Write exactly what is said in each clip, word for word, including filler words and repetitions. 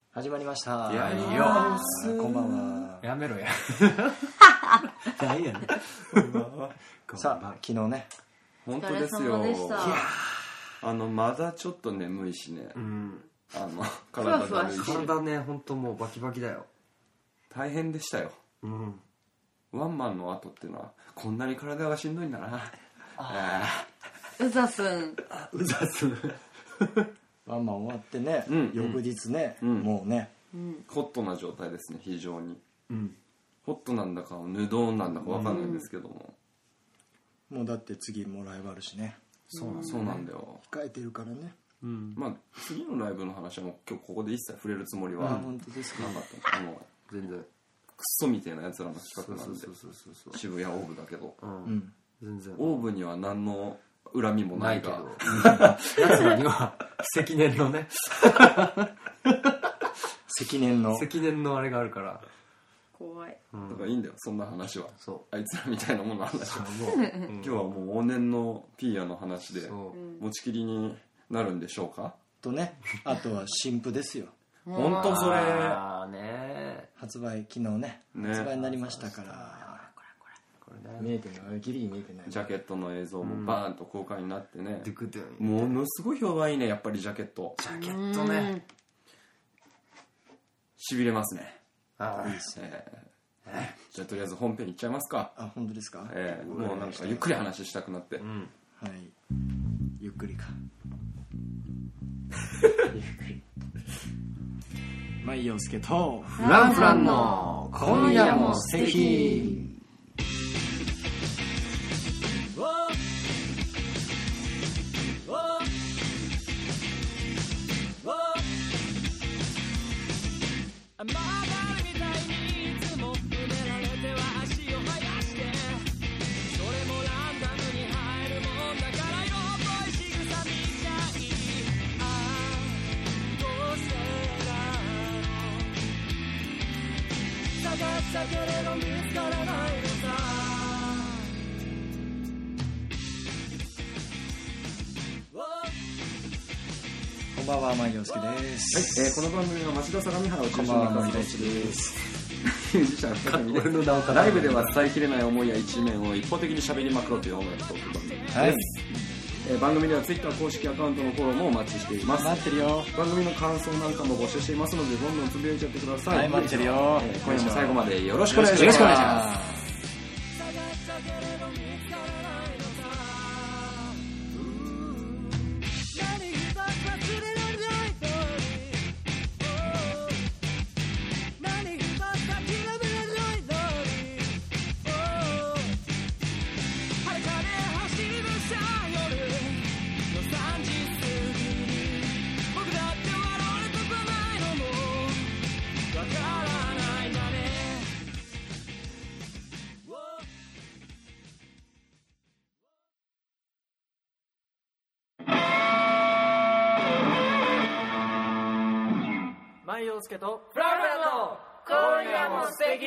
始まりました。 いやいいよこんばんは。 やめろや何やねんこんばんは。さあ昨日ね本当ですよ。いやあのまだちょっと眠いしね、うん、あの体だるいし体ね本当もうバキバキだよ。 大変でしたよ、うん、ワンマンの後っていうのはこんなに体がしんどいんだな。 あうざすんうざすんワンマン終わってね、うん、翌日ね、うん、もうね、 うん、ホットな状態ですね非常に、うん、ホットなんだかヌドーンなんだか分かんないんですけども、 うん、もうだって次もライブあるしね。 そうなん、そうなんだよ。 控えてるからね、 うん、まあ次のライブの話はもう今日ここで一切触れるつもりはなかったの。全然クソみたいなやつらの企画なんで渋谷オーブだけど、うん、全然オーブには何の恨みもないけどやつらには積年のね積年の積年のあれがあるから怖い、 うん、だからいいんだよそんな話は。そうあいつらみたいなものの話はもう今日はもう往年のピーヤの話で持ちきりになるんでしょうかとね。あとは新譜ですよ本当それね発売昨日 ね, ね発売になりましたから見えてないギリギリ見えてない。 ジャケットの映像もバーンと公開になってね、うん、ものすごい評判いいねやっぱりジャケットジャケットねしびれますね。 ああいいですね、 えー、じゃあとりあえず本編いっちゃいますか。 あ本当ですか、 えー、もうなんかゆっくり話したくなって、うん、 はいゆっくりかゆっくり舞陽介とフランフランの今夜も素敵。 だけれど見つからないのさ。こんばんは舞陽介です。 はい、えー、この番組は町田相模原を中心に活動するミュージシャンふたりでライブでは伝えきれない思いや一面を一方的に喋りまくろうという音楽トーク番組です、はい。えー、番組ではツイッター公式アカウントのフォローもお待ちしています。 待ってるよ。 番組の感想なんかも募集していますのでどんどんつぶやいちゃってください。 はい待ってるよ、 えー、今夜も最後までよろしくお願いします。 よろしくお願いします。 舞陽介とフランフランの今夜も素敵。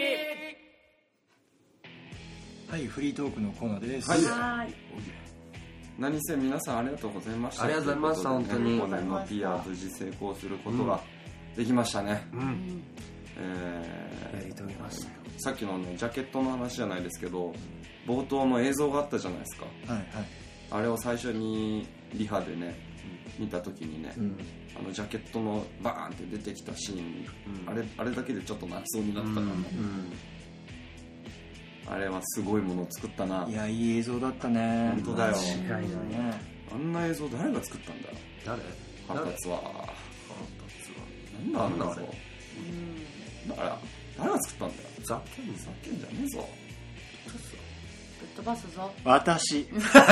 はい、フリートークのコーナーです。 はい。何せ皆さんありがとうございました。 ありがとうございました。本当に去年の ピーアール 無事成功することができましたね。うん。 えー、やり遂げましたよ。 さっきのねジャケットの話じゃないですけど、冒頭の映像があったじゃないですか。 はいはい。 あれを最初にリハでね、見た時にね。うん、あのジャケットのバーンって出てきたシーン、うん、あれあれだけでちょっと泣きそうになったから、うんうん、あれはすごいものを作ったな。 いやいい映像だったね。 本当だよ。 間違いないね。 あんな映像誰が作ったんだよ。 誰？ 腹立つわ。腹立つわ。なんだあんなの。だから誰が作ったんだよ。 ざけんざけんじゃねえぞ。 ぶっ飛ばすぞ。 私。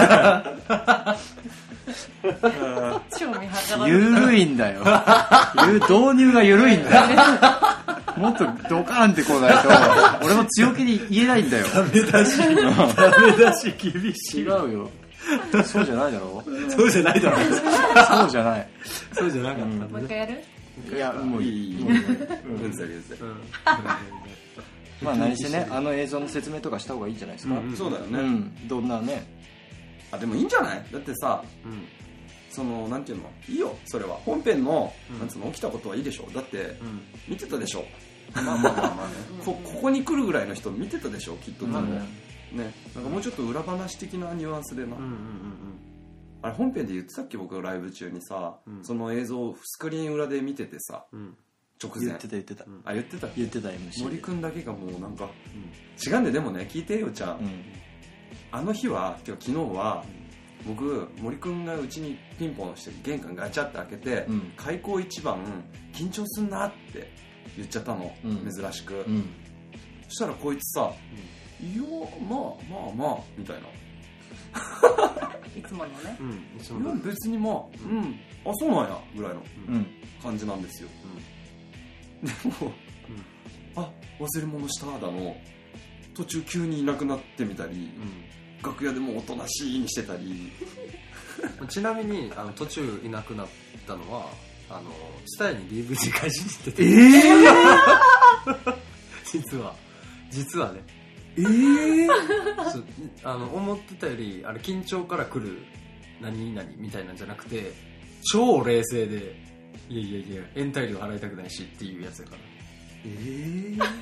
ゆるいんだよ。導入がゆるいんだよ。もっとドカーンってこないと俺も強気に言えないんだよ。 ダメだしダメだし厳しい。 違うよ。そうじゃないだろ。 そうじゃないだろ。 そうじゃない。 そうじゃなかった。 もう一回やる？ いやもういい。 うんざりうんざり。 まあ何せねあの映像の説明とかした方がいいんじゃないですか。 そうだよね。 どんなね。 あでもいいんじゃない？だってさ。 そのなんていうのいいよそれは本編の、うん、なんつうの起きたことはいいでしょだって、うん、見てたでしょまあまあまあまあねこ, ここに来るぐらいの人見てたでしょきっと、うん、ねなんかもうちょっと裏話的なニュアンスでな、うんうんうんうん、あれ本編で言ってたっけ僕ライブ中にさ、うん、その映像をスクリーン裏で見ててさ、うん、直前言ってた言ってた、 うん、あ言ってた言ってた エムシー森くんだけがもうなんか、うん、違うんででもね聞いてよちゃん、うん、あの日はてか昨日は、うん、僕森くんがうちにピンポンして玄関ガチャって開けて、うん、開口一番緊張すんなって言っちゃったの、うん、珍しく、うん、そしたらこいつさ、うん、いやまあまあまあみたいないつものね、 うん、いつものいや別にまあ、うん、うん、あそうなんやぐらいの感じなんですよ、うん、でも、うん、あ忘れ物しただの途中急にいなくなってみたり、うん、楽屋でもおとなしいにしてたりちなみにあの途中いなくなったのはあの下に ディーブイディー 返しにしてて、えー、実は実はねえー、 あの思ってたよりあれ緊張から来る何々みたいなんじゃなくて超冷静でいやいやいや延滞料払いたくないしっていうやつやからえー、そうそう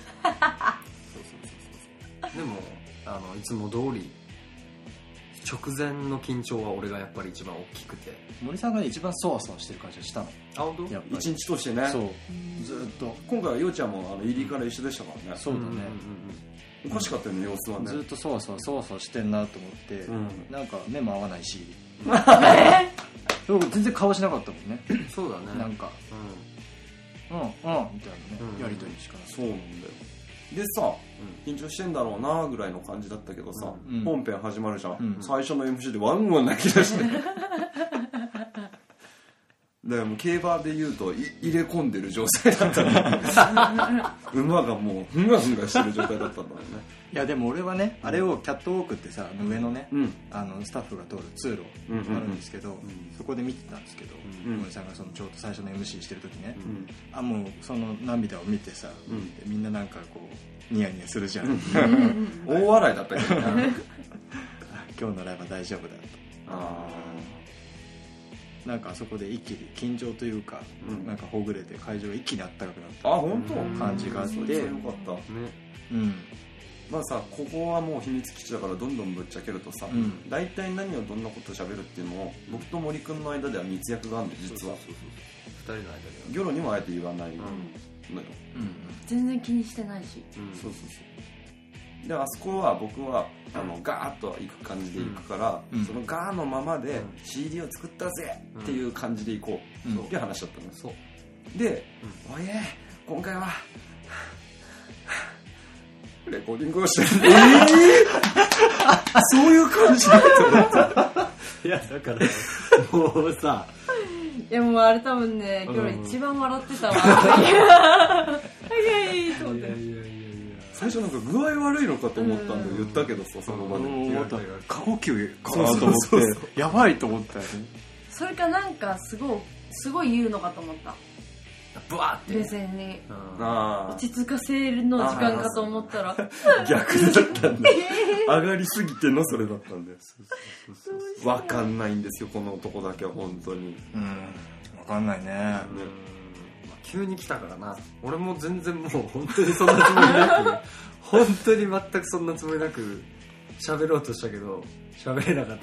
そうそうでもあのいつも通り直前の緊張は俺がやっぱり一番大きくて森さんが一番そわそわしてる感じがしたのあ本当一日通してねそうずっと今回はようちゃんもあの入りから一緒でしたからねそうだね、うんうんうんおかしかったよね様子はねずっとそわそわそわそわしてんなと思って、うん、なんか目も合わないし全然顔しなかったもんねそうだねなんかうんうんうんみたいなね、うん、やりとりしかないそうなんだよでさ、うん、緊張してんだろうなぐらいの感じだったけどさ、うん、本編始まるじゃん、うん、最初の エムシー でワンワン泣き出してでも競馬で言うと入れ込んでる状態だったの馬がもうふんがふんがしてる状態だったんだろうねいやでも俺はね、うん、あれをキャットウォークってさあの上のね、うん、あのスタッフが通る通路あるんですけど、うんうんうん、そこで見てたんですけど森、うん、さんがそのちょうど最初の エムシー してる時ね、うん、あもうその涙を見てさ、うん、みんななんかこうニヤニヤするじゃん、うん、 大笑いだったけどね今日のライブは大丈夫だとあなんかあそこで一気に緊張というか、うん、なんかほぐれて会場が一気にあったかくなったあ本当感じがあってよかったねうんまあさここはもう秘密基地だからどんどんぶっちゃけるとさ、うん、大体何をどんなこと喋るっていうのを僕と森くんの間では密約があるんで実はそうそうそうふたりの間ではギョロにもあえて言わないのよ、 うんうん、全然気にしてないし、 うん、そうそうそうであそこは僕はあのガーッと行く感じで行くから、うん、そのガーのままで シーディー を作ったぜっていう感じで行こう、うん、っていう話だったのよ、そうで、うん、おいえ今回はレコーディングをしてるえー、そういう感じだったいやだからもうさいやもうあれ多分ね今日一番笑ってたわ早いと思っていやいやいや最初なんか具合悪いのかと思ったんで言ったけどさその場で思った過呼吸かなと思ってやばいと思ったよねそれかなんかすごいすごい言うのかと思ったブワーって冷静に落ち着かせるの時間かと思ったら逆だったんだ上がりすぎてのそれだったんだよ分かんないんですよこの男だけは本当にうん分かんないねね急に来たからな俺も全然もう本当にそんなつもりなく本当に全くそんなつもりなく喋ろうとしたけど喋れなか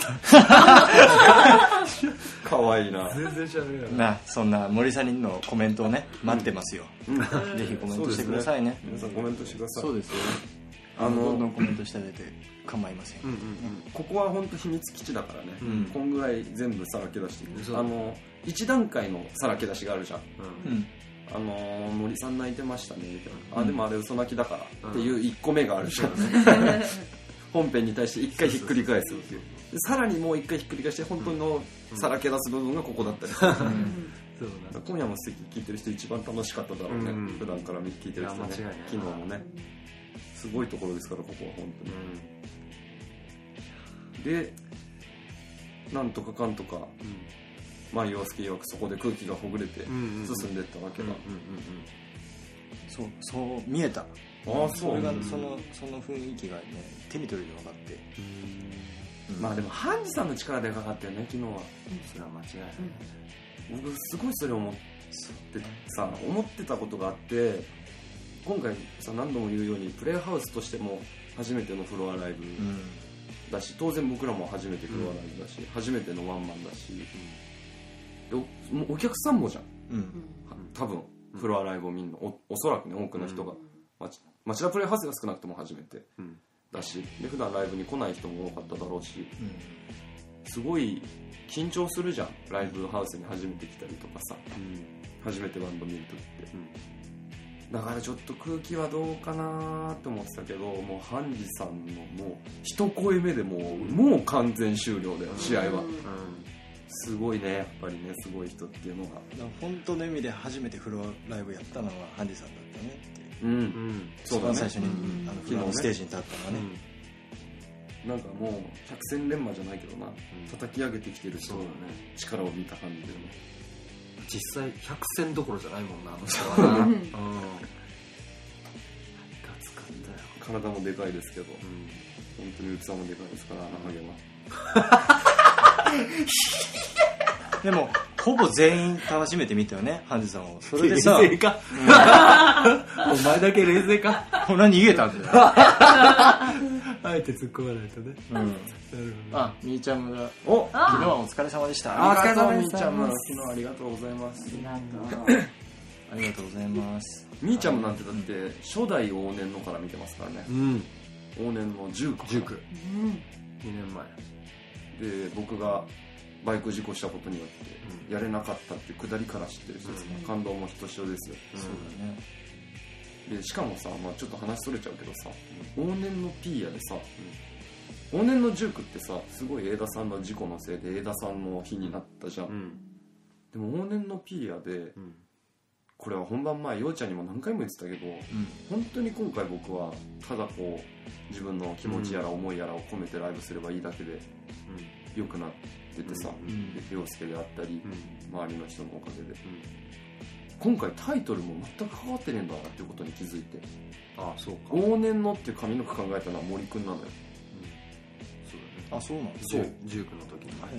ったかわいいな全然喋れなかったなそんな森さんのコメントをね待ってますよ、うん、ぜひコメントしてください ね, ね皆さんコメントしてくださいそうですよあのどんどんコメントしてあげて構いません、うんうんうん、 ここは本当秘密基地だからね、うん、こんぐらい全部さらけ出していくあの一段階のさらけ出しがあるじゃん、うんあのー、森さん泣いてましたねみたいな、うん、あでもあれ嘘泣きだからっていういっこめがあるじゃん、うん、本編に対していっかいひっくり返すっていうでさらにもういっかいひっくり返して本当のさらけ出す部分がここだったりする、うんうん、そう今夜も素敵聞いてる人一番楽しかっただろうね、うん、普段から聞いてる人ね昨日もねすごいところですからここは本当に、うん、でなんとかかんとか、うんまあ、洋介曰くそこで空気がほぐれて進んでいったわけだそうそう見えたああそうそれがそのその雰囲気がね手に取りで分かってうん、 まあでもハンジさんの力でかかったよね昨日は、うん、 それは間違いない、 うん、僕すごいそれ思ってさ思ってたことがあって、今回さ何度も言うようにプレイハウスとしても初めてのフロアライブだし、当然僕らも初めてフロアライブだし、うん、初めてのワンマンだし、うん、お, お客さんもじゃん、うん、多分フロアライブを見るの お, おそらくね多くの人が、うん、町田プレイハウスが少なくとも初めて、うん、だしで普段ライブに来ない人も多かっただろうし、うん、すごい緊張するじゃんライブハウスに初めて来たりとかさ、うん、初めてバンド見るときって、うん、だからちょっと空気はどうかなって思ってたけど、もうハンジさんのもう一声目でもう、うん、もう完全終了だよ試合は、うん、すごいねやっぱりねすごい人っていうのが本当の意味で初めてフロアライブやったのはハンジさんだったねっていう、 うんうん、 そうだね、最初に、うん、あの昨日のステージに立ったのはね、 うん、なんかもう百戦錬磨じゃないけどな、うん、叩き上げてきてる人の、ね、力を見た感じでね、 実際百戦どころじゃないもんなあの人はな、うん、ガツガツだよ。 体もでかいですけど、うん、本当に器もでかいですからあのハゲはでもほぼ全員楽しめてみたよねハンジさんを。それでさ冷静か、うん、お前だけ冷静かほら逃げたんだよあえて突っ込まないとね、 うん、あみーちゃんがお昨日はお疲れ様でした。 あお疲れ様でした。みーちゃんも昨日ありがとうございます。 ありがとうございます。 みーちゃんもなんてだって初代往年のから見てますからね、うん、往年のじゅうくじゅうく、うん、にねんまえで僕がバイク事故したことによってやれなかったっていうくだりから知ってる人ですね、うん、感動もひとしおですよ、 うん、そうだね。 でしかもさ、まあ、ちょっと話それちゃうけどさ、うん、往年のピーヤでさ、うん、往年のじゅうくってさすごい永田さんの事故のせいで永田さんの日になったじゃん、うん、でも往年のピーヤで、うん、これは本番前ようちゃんにも何回も言ってたけど、うん、本当に今回僕はただこう自分の気持ちやら思いやらを込めてライブすればいいだけで良くなっててさ、うん、で陽介であったり、うん、周りの人のおかげで、うん、今回タイトルも全く関わってねえんだなっていうことに気づいて、 ああそうか、 往年のっていう上の句考えたのは森くんなのよ、うん、 そうだね。あそうなんですそうじゅうくの時に、はい、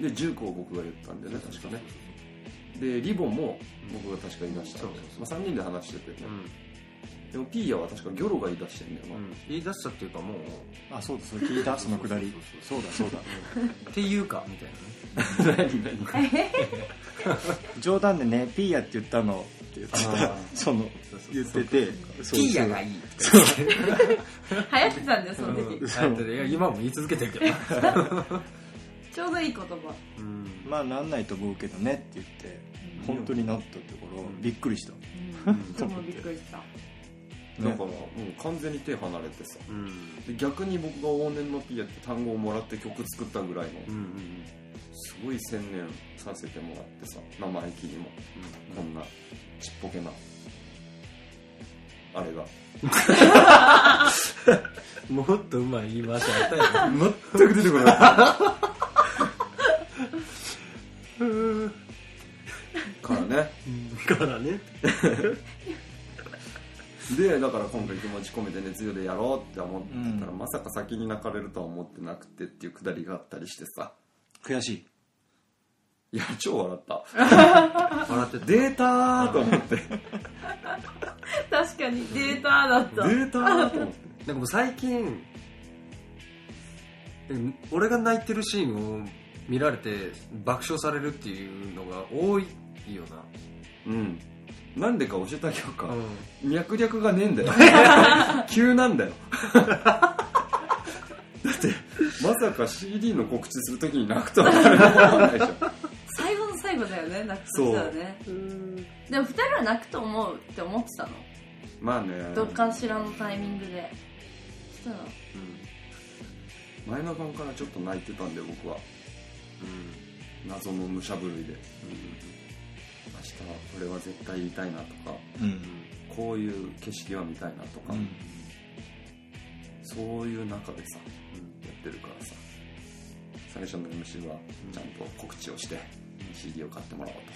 でじゅうくを僕が言ったんだよね確かね。でリボンも僕が確か言い出したんで、まあ、さんにんで話しててね、うん、でもピーヤは確かギョロが言い出してるんだよな、うん、 言い出したっていうかもうあそうだそう聞いたそのくだりそうだそうだっていうかみたいなね何何冗談でねピーヤって言ったのって言ってたその言っててピーヤがいいって流行ってたんだよその時、うん、流行ってていや今も言い続けてるけどちょうどいい言葉、 うん、まあなんないと思うけどねって言って、うん、本当になったところ、うん、びっくりした、 うん、でもびっくりした、ね、 だからもう完全に手離れてさ、うん、で逆に僕が往年のピーヤって単語をもらって曲作ったぐらいの、うんうん、すごい専念させてもらってさ生意気にも、うん、こんなちっぽけなあれがもっとうまい言い回しあったよね全く出てこないからねからねでだから今回気持ち込めて熱量でやろうって思ってたら、うん、まさか先に泣かれるとは思ってなくてっていうくだりがあったりしてさ悔しい。 いや超笑った笑ってデーターと思って確かにデーターだったデーターと思ってなんかもう最近俺が泣いてるシーンを見られて爆笑されるっていうのが多いよな。 うんなんでか教えてあげようか、うん、脈略がねえんだよ急なんだよだってまさか シーディー の告知するときに泣くとは誰も思わないでしょ最後の最後だよね泣くとしたらね。うんでもふたりは泣くと思うって思ってたの。 まあねどっかしらのタイミングでしたら、 うん、前の晩からちょっと泣いてたんで僕は、うん、謎の武者震いで、うん、明日はこれは絶対言いたいなとか、うん、こういう景色は見たいなとか、うん、そういう中でさ、うん、やってるからさ最初の エムシー はちゃんと告知をして、うん、シーディー を買ってもらおうと、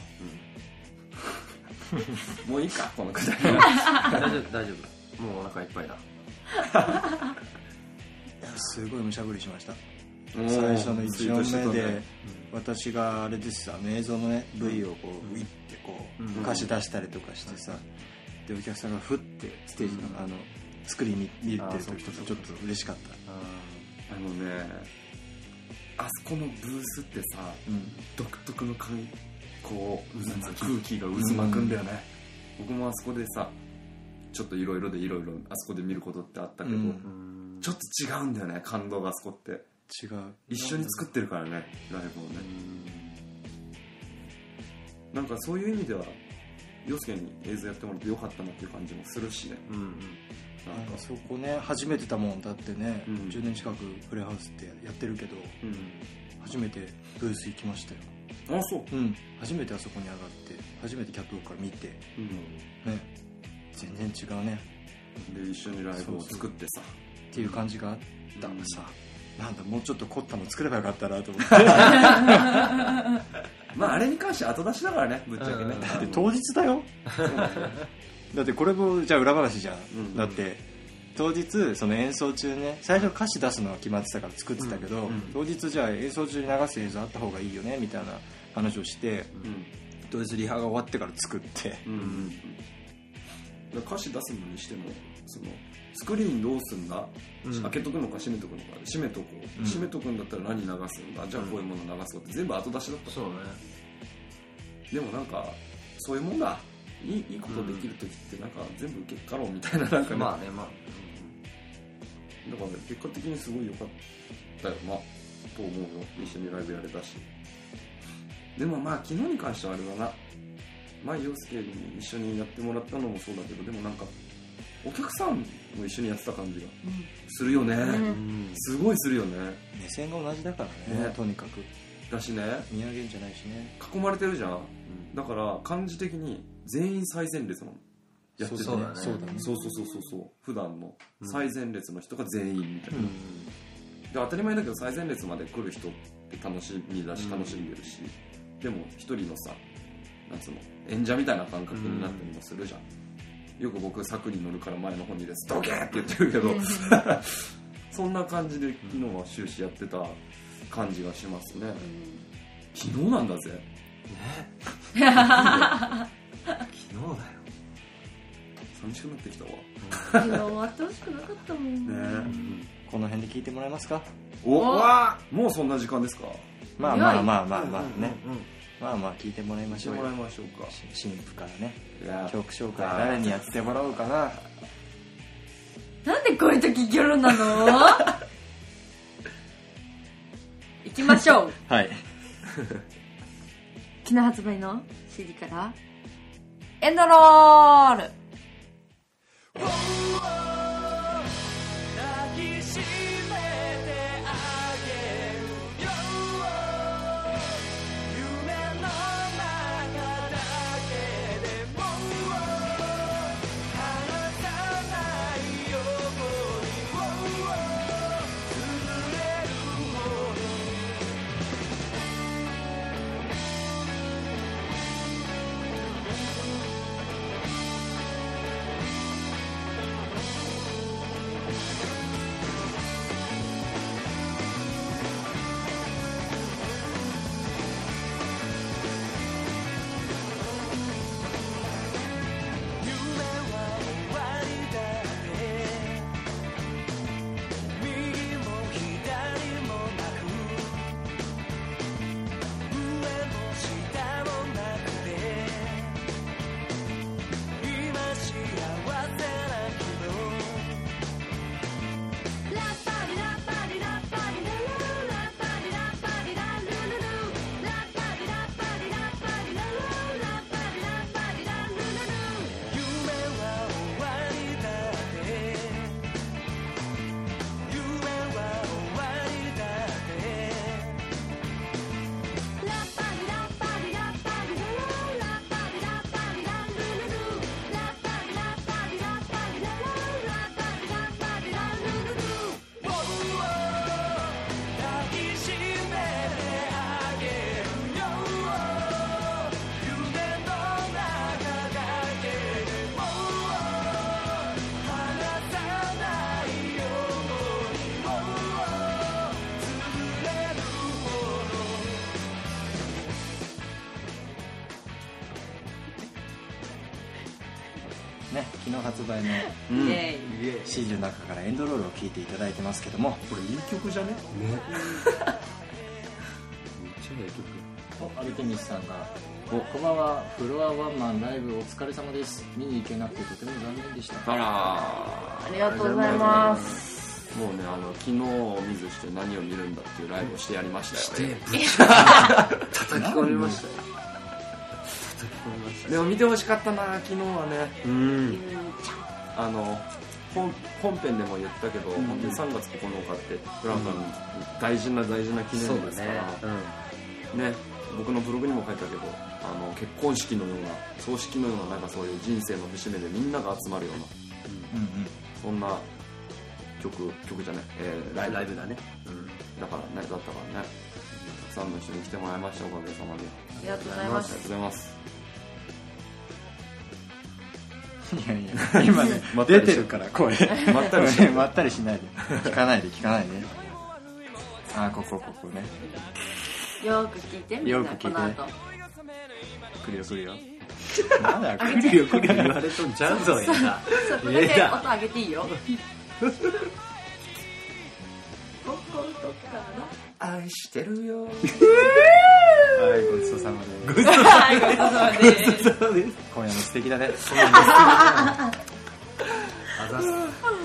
うん、もういいかこのくだり大丈夫大丈夫もうお腹いっぱいだすごいむしゃぶりしました。 最初のいち音目で私があれですあの映像のね V をこうウィってこう歌詞出したりとかしてさ、でお客さんがふってステージのあのスクリーン見てる時とかちょっと嬉しかった。 あのねあそこのブースってさ、うん、独特の感こう空気が渦巻くんだよね、うん、僕もあそこでさちょっといろいろでいろいろあそこで見ることってあったけど、うん、ちょっと違うんだよね感動があそこって違う一緒に作ってるからねライブをね、うん、なんかそういう意味では陽介に映像やってもらってよかったなっていう感じもするしね、うんうん、 なんかそこね初めてだもんだってね、うん、じゅうねん近くプレハウスってやってるけど、うん、初めてブース行きましたよ。 あ、そう、 うん、初めてあそこに上がって初めてキャットウォークから見て、うんね、全然違うね。 で一緒にライブを作ってさっていう感じがあったらさ、うん、なんだもうちょっと凝ったの作ればよかったなと思ってまああれに関しては後出しだからねぶっちゃけね、 で当日だよだってこれもじゃあ裏話じゃん、うん、だって当日その演奏中ね最初歌詞出すのは決まってたから作ってたけど、うんうん、当日じゃあ演奏中に流す映像あった方がいいよねみたいな話をして、うん、当日リハが終わってから作って、うんうん、歌詞出すのにしてもそのスクリーンどうすんだ、うん、開けとくのか閉めとくのか閉めとこう、うん、閉めとくんだったら何流すんだじゃあこういうもの流そうって全部後出しだった、 そうね。 でもなんかそういうもんだいい、いいことできるときってなんか全部受けっかろうみたいななんかね、 まあねまあ、 うん、だからね結果的にすごい良かったよなと思うよ。一緒にライブやれたし。でもまあ昨日に関してはあれだな、前陽介に一緒にやってもらったのもそうだけど、でもなんかお客さんも一緒にやってた感じがするよね、うん、すごいするよね。 目線が同じだからね、ねとにかくだしね、 見上げんじゃないしね、 囲まれてるじゃん、うん、だから感じ的に全員最前列なのやってて、 そうだね、 そうだね、そうそうそうそう普段の最前列の人が全員みたいな、うん、で当たり前だけど最前列まで来る人って楽しみだし楽しんでるし、うん、でも一人のさなんつうの演者みたいな感覚になったりもするじゃん、うん、よく僕柵に乗るから前の方にですドケーって言ってるけどそんな感じで昨日は終始やってた感じがしますね、うん、昨日なんだぜね昨日だよ。 寂しくなってきたわ。 昨日終わってほしくなかったもんね、 うん、この辺で聞いてもらえますか。 おわもうそんな時間ですか。 まあまあまあまあまあね、うんうんうん、まあまあ聞いてもらいましょうよ。 聞いてもらいましょうか。 新婦からね曲紹介誰にやってもらおうかな。 なんでこういう時ギョロなの行きましょうはい昨日発売の シーディー からエンドロール。 昨日発売の シーディー の中からエンドロールを聴いていただいてますけども、 これいい曲じゃね。ねめっちゃいい曲。おアルテミスさんがおこんばんは、フロアワンマンライブお疲れ様です、見に行けなくてとても残念でした。 あらありがとうございます。 もうね、あの昨日を見ずして何を見るんだっていうライブをしてやりましたよ、ね、 してぶち叩き込みましたよ。叩き込みました。 でも見てほしかったな昨日はね。うん、あの 本, 本編でも言ったけど、うん、本当にさんがつここのかってフランフラン大事な大事な記念日ですから、うんね、僕のブログにも書いたけど、あの結婚式のような葬式のような、なんかそういう人生の節目でみんなが集まるような、うんうんうん、そんな曲曲じゃない、えー、ライブ、 ライブだね、 うん、だからね、だったからね、たくさんの人に来てもらいました。おかげさまでありがとうございます。 ありがとうございます。 いやいや今ね出てるから声まったりしまったりしないで、聞かないで聞かないで。あ、ここここね、 よく聞いてみんな、この後来るよ来るよなんだ来るよ来るよ言われとんちゃうぞいな。 そこだけ音上げていいよ愛してるよ。はい、 ごちそうさまです。 ごちそうさまです。 今夜も素敵だね。 あざす。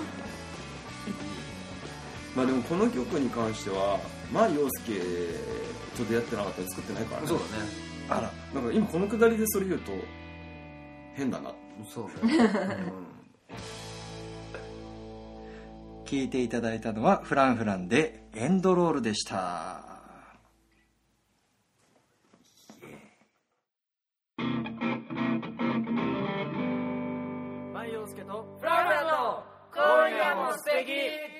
まあでもこの曲に関しては、まあ陽介と出会ってなかったら作ってないからね。 そうだね。 あら、なんか今このくだりでそれ言うと変だな。 そうだね。 聞いていただいたのはフランフランでエンドロールでした。 マイヨウスケとフランフランの今夜も素敵。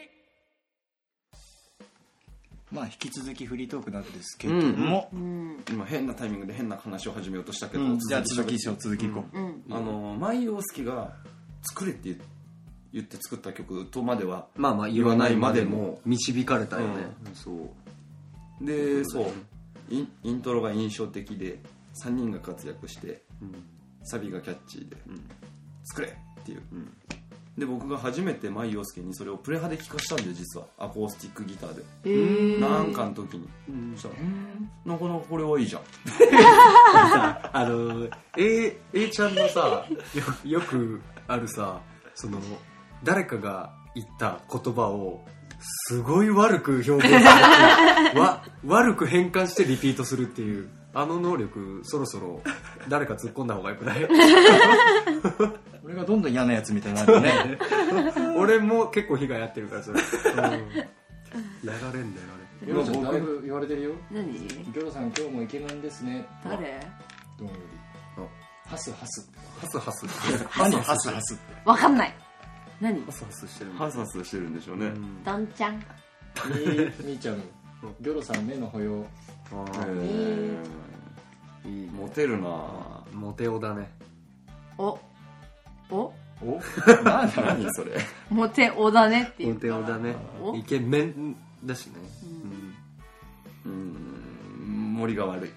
まあ引き続きフリートークなんですけども、うんうん、今変なタイミングで変な話を始めようとしたけど、うん、 じゃあ続きしよう続きいこう、 うん、あのマイヨウスケが作れって言って言って作った曲とまではまあまあ言わないまでも導かれたよね、 うん、そうで、そうイ ン, イントロが印象的でさんにんが活躍して、うん、サビがキャッチーで、うん、作れっていう、うん、で僕が初めてマイヨウスケにそれをプレハで聴かしたんで、実はアコースティックギターで、えー、なんかの時に、うん、そしたらなかなかこれはいいじゃんあの A, A ちゃんのさ よ, よくあるさ、その誰かが言った言葉をすごい悪く表現するわ悪く変換してリピートするっていうあの能力、そろそろ誰か突っ込んだ方がよくない？ 俺がどんどん嫌なやつみたいになるね俺も結構被害やってるからそれ、うん、やられんだよあれ。 ギョロちゃんだいぶ言われてるよ。 何？ ギョロさん今日もイケメンですね。 誰？ どんよりハスハスハスハス何ハスハスってわかんない。何？ ハスハスしてるハスハスしてるんでしょうね、うん、 どんちゃんみーちゃんギョロさん目の保養。 あー、いい、モテるな。 モテオだね。 おおお何それモテオだねっていう。 モテオだね。イケメンだしね、 うん、うん、森が悪い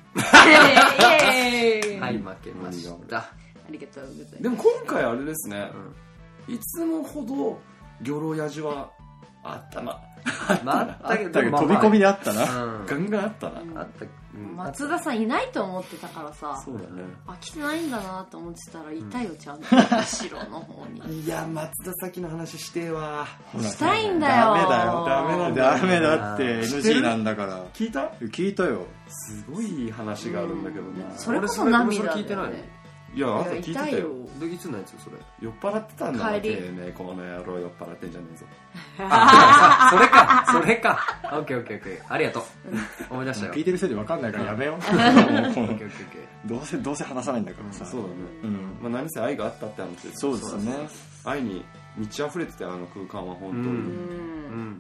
はい、負けました。 ありがとうございます。 でも今回あれですね、うん、いつもほどギョロヤジはあったな。 あったけど飛び込みであったな、 うん、ガンガンあったな、うん、 あった、 うん、松田さんいないと思ってたからさ。 そうだね、 飽きてないんだなと思ってたらいたよ、ちゃんと後ろの方に。 いや松田咲の話してーわ。 したいんだよ。 ダメだよ、ダメなんだよ、ダメだって エヌジー なんだから。 聞いた？ 聞いたよ。 すごい話があるんだけどね、 うん、それこそ涙だよね。 聞いてないの？ いや、朝聞いてたよ。 でいつのやつそれ？ 酔っ払ってたんだってね、この野郎酔っ払ってんじゃねえぞ。 あ、それか、それか。オッケーオッケーオッケー。ありがとう。思い出したよ。 聞いてる人で分かんないからやめよう。 オッケーオッケーオッケー。 どうせどうせ話さないんだからさ。 そうだね。うん。まあ何せ愛があったって話です。 そうですね。 愛に満ち溢れてて、あの空間は本当に。うん。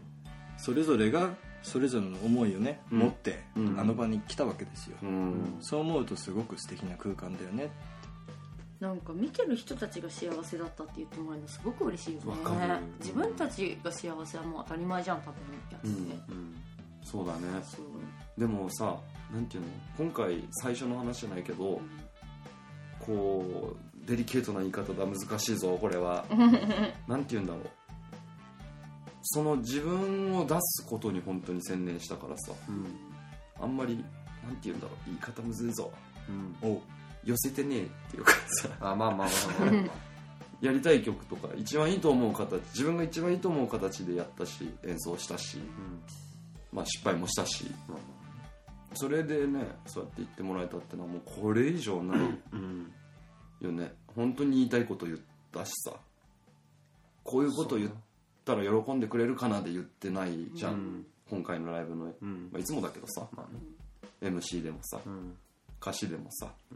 それぞれがそれぞれの思いをね持ってあの場に来たわけですよ。そう思うとすごく素敵な空間だよね。 なんか見てる人たちが幸せだったって言ってもらえるのすごく嬉しいよね。自分たちが幸せはもう当たり前じゃん、多分やつって、うんうん、 そうだね。そうでもさ、なんていうの、今回最初の話じゃないけど、うん、こデリケートな言い方だ、難しいぞこれはなんて言うんだろう、その自分を出すことに本当に専念したからさ、うん、あんまりなんて言うんだろう、言い方むずいぞ、うん、お寄せてねえっていうかさあまあまあまあ、まあ、 やりたい曲とか一番いいと思う形、自分が一番いいと思う形でやったし演奏したし、うん、まあ失敗もしたし、うん、それでねそうやって言ってもらえたってのはもうこれ以上ないよね。本当に言いたいこと言ったしさ、こういうこと言ったら喜んでくれるかなで言ってないじゃん、うん、今回のライブの、うんまあ、いつもだけどさ、まあね、エムシー でもさ、うん、歌詞でもさ、うん、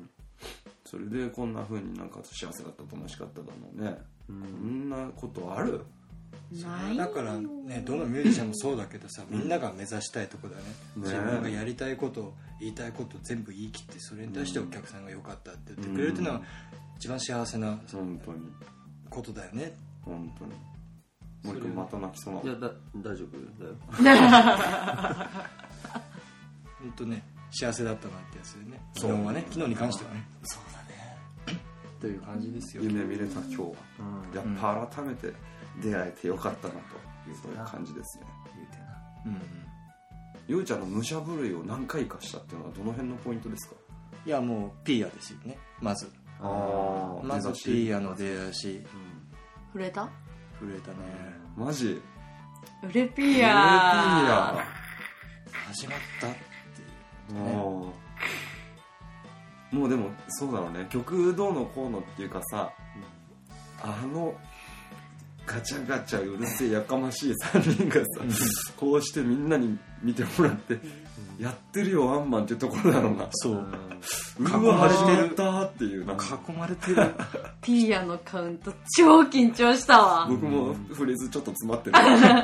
それでこんな風になんか幸せだった楽しかっただろうね、うん、こんなことある？ ないだからね、どのミュージシャンもそうだけどさ、みんなが目指したいとこだね、うん、自分がやりたいこと言いたいこと全部言い切って、それに対してお客さんが良かったって言ってくれるっていうのは一番幸せなことだよね。 本当に森君また泣きそうな。 いやだ大丈夫だよ本当ね幸せだったなってやつでね、昨日はね、昨日に関してはね、 そうだねという感じですよ。 夢見れた今日は、うん、やっぱ改めて出会えてよかったなという、そういう感じですね。言うてな、うんうん、ゆうちゃんの武者震いを何回かしたっていうのはどの辺のポイントですか？ いやもうピーヤですよね、まずあまずピーヤの出だし、 震えた？ 震えたね。 マジ？ ウレピーヤ。ウレピーヤ始まったっていう、ね、 もうもうでもそうだろうね、曲どうのこうのっていうかさ、うん、あのガチャガチャうるせえやかましいさんにんがさこうしてみんなに見てもらってやってるよアンマンっていうところなのが、 そううわ始まったっていう、 なんか囲まれてるピーヤのカウント超緊張したわ。 僕もフレーズちょっと詰まってる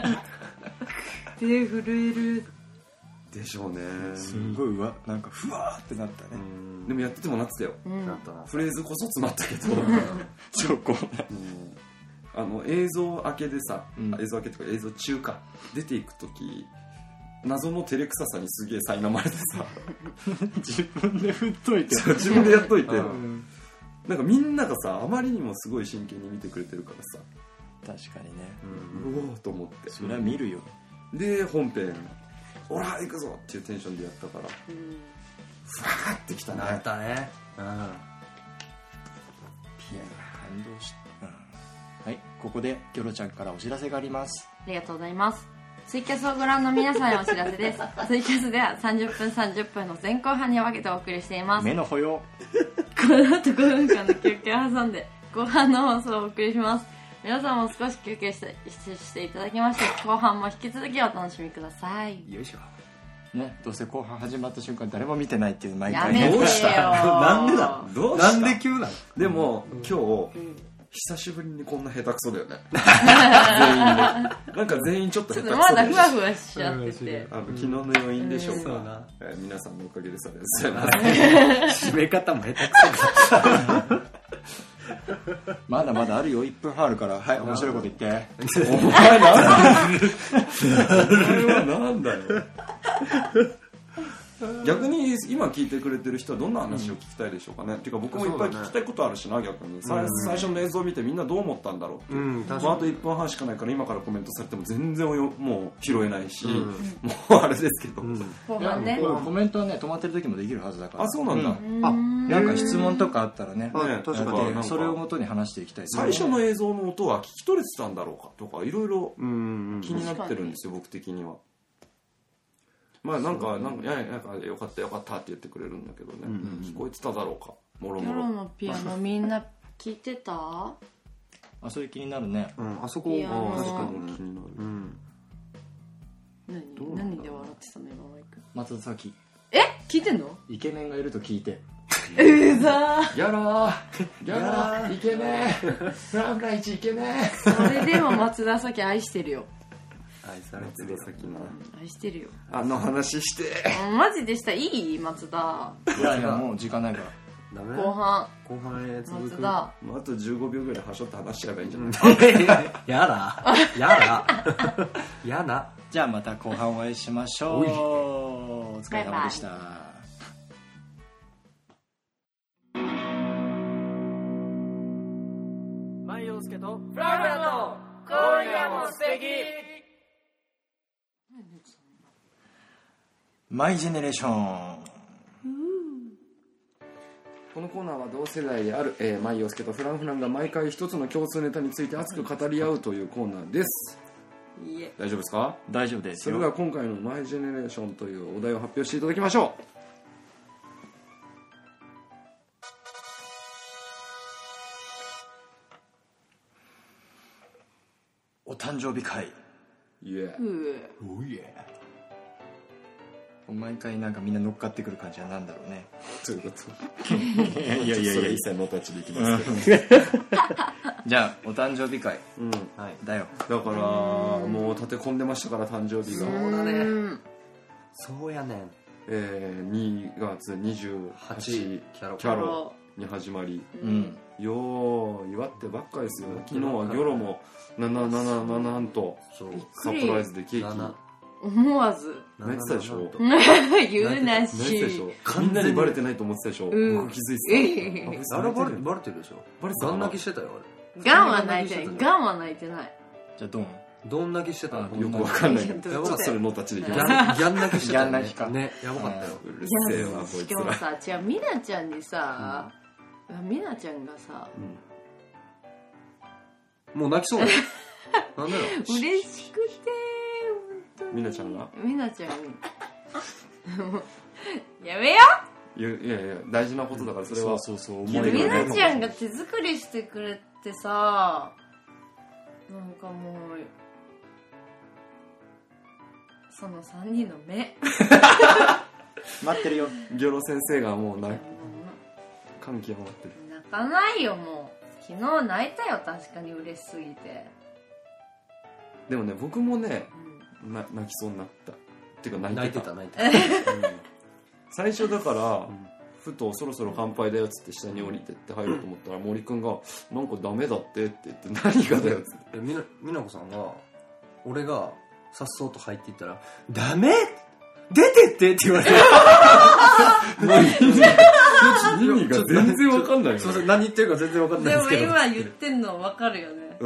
手震えるでしょうね。 すんごいうわなんかふわーってなったね。 でもやっててもなってたよ、うん、フレーズこそ詰まったけどそうこう、 うんあの映像明けでさ、うん、映像明けとか映像中か出ていくとき謎の照れくささにすげえ苛まれてさ自分で振っといて自分でやっといて、うん、なんかみんながさあまりにもすごい真剣に見てくれてるからさ、 確かにね、 うん、うおーと思って、 それは見るよ。 で本編オラ行くぞっていうテンションでやったから、うん、ふわーってきたね。 なったね、うん、 ピアノ感動した、うん、はい、ここでギョロちゃんからお知らせがあります。 ありがとうございます。ツイキャスをご覧の皆さんへお知らせです。ツイキャスではさんじゅっぷんさんじゅっぷんの前後半に分けてお送りしています。 目の保養この後ごふんかんの休憩を挟んで後半の放送をお送りします。皆さんも少し休憩して、していただきまして後半も引き続きお楽しみください。 よいしょね、どうせ後半始まった瞬間誰も見てないっていう毎回やめてよ。 どうしたなんでだどうしたなんで急なの？ でも、うん、今日、うん久しぶりにこんな下手くそだよね全員でなんか全員ちょっと下手くそまだふわふわしちゃってて、 あの昨日の余韻でしょうか、うんえー、皆さんのおかげです。ありがとうございます締め方も下手くそだまだまだあるよ、いっぷんはんあるから。はい、面白いこと言ってお前なんだお前はなんだよ逆に今聞いてくれてる人はどんな話を聞きたいでしょうかね、うん、ていうか僕もいっぱい聞きたいことあるしな、逆に、うん、最初の映像を見てみんなどう思ったんだろうって、うん、まあ、あといっぷんはんしかないから今からコメントされても全然もう拾えないし、うん、もうあれですけど、うん、 後半ね、 コメントはね止まってる時もできるはずだから。 あ、そうなんだ、うん、 あ、なんか質問とかあったらね、 うん、ね、確かにそれを元に話していきたい。 最初の映像の音は聞き取れてたんだろうかとかいろいろ気になってるんですよ、僕的には。まあなんかなんかいやなんかよかったよかったって言ってくれるんだけどね、うんうん、聞こえてただろうか、もろもろ。 ギョロのピアノみんな聞いてた？あ、 それ気になるね、 うん、あそこ確かに気になる、うん、 何何で笑ってたの今マイク。 松田咲え聞いてんの？ イケメンがいると聞いてうざーギャローギャローイケメンフランカイチイケメンそれでも松田咲愛してるよ。 愛されてる先な愛してるよ。 あの話してマジでした。いい松田。 いやいやもう時間ないからダメ。後半後半へ続く。 松田もうあとじゅうごびょうぐらいはしょって話しちゃえばいいんじゃないやだやだやだ。 じゃあまた後半お会いしましょう。お疲れ様でした。バイバイ。 介とフラフラの今夜も素敵。 マイジェネレーション。 このコーナーは同世代である、えー、マイヨスケとフランフランが毎回一つの共通ネタについて熱く語り合うというコーナーです。 いいえ。 大丈夫ですか？ 大丈夫ですよ。 それでは今回のマイジェネレーションというお題を発表していただきましょう。 お誕生日会。 イエー。 おいえ。毎回なんかみんな乗っかってくる感じはなんだろうね。 ということ。 いやいやいや、 それ一切ノータッチでいきますけど。 じゃあお誕生日会、 うん、 はい、だよ。 だからもう立て込んでましたから誕生日が。 そうだね。そうやねん。 えー、にがつにじゅうはちキャロキャロに始まり、うん、よー祝ってばっかですよ。昨日はギョロもななななななんとサプライズでケーキ思わず泣いてたでしょ。 言うなし。 泣いてたでしょ。みんなにバレてないと思ってたでしょ。うん、僕気づいてた。あれバレバレてるでしょ。バレガン泣きしてたよあれ。 ガンは泣いてない。ガンは泣いてない。 じゃあドンどん泣きしてたの？ よくわかんないけど。やばかった。それノータッチでいきます。 ギャン泣きしてた。 ギャン泣きか。 ね、やばかったよ。 うるせえわこいつら。 しかもさ、違うミナちゃんにさ、ミナちゃんがさ、 もう泣きそうだよ。なんだよ。 嬉しくて。 みなちゃんがみなちゃんにやめよいやいやいや大事なことだからそれはそうそうそうみなちゃんが手作りしてくれてさなんかもうそのさんにんの目待ってるよ。 ギョロ先生がもう泣感極まってる。 泣かないよもう。昨日泣いたよ確かに嬉しすぎて。 でもね僕もね、うんな泣きそうになったっていうか泣いてた泣いてた泣いてた、うん、 最初だから、うん、ふとそろそろ乾杯だよっつって下に降りてって入ろうと思ったら森くんがなんかダメだってって言って何がだよっつってみなみなこさんが俺がさっそうと入っていったらダメ出てってって言われて意味が全然わかんないよ、ね、 すいません何言ってるか全然わかんないですけどでも今言ってんのわかるよね。 うん、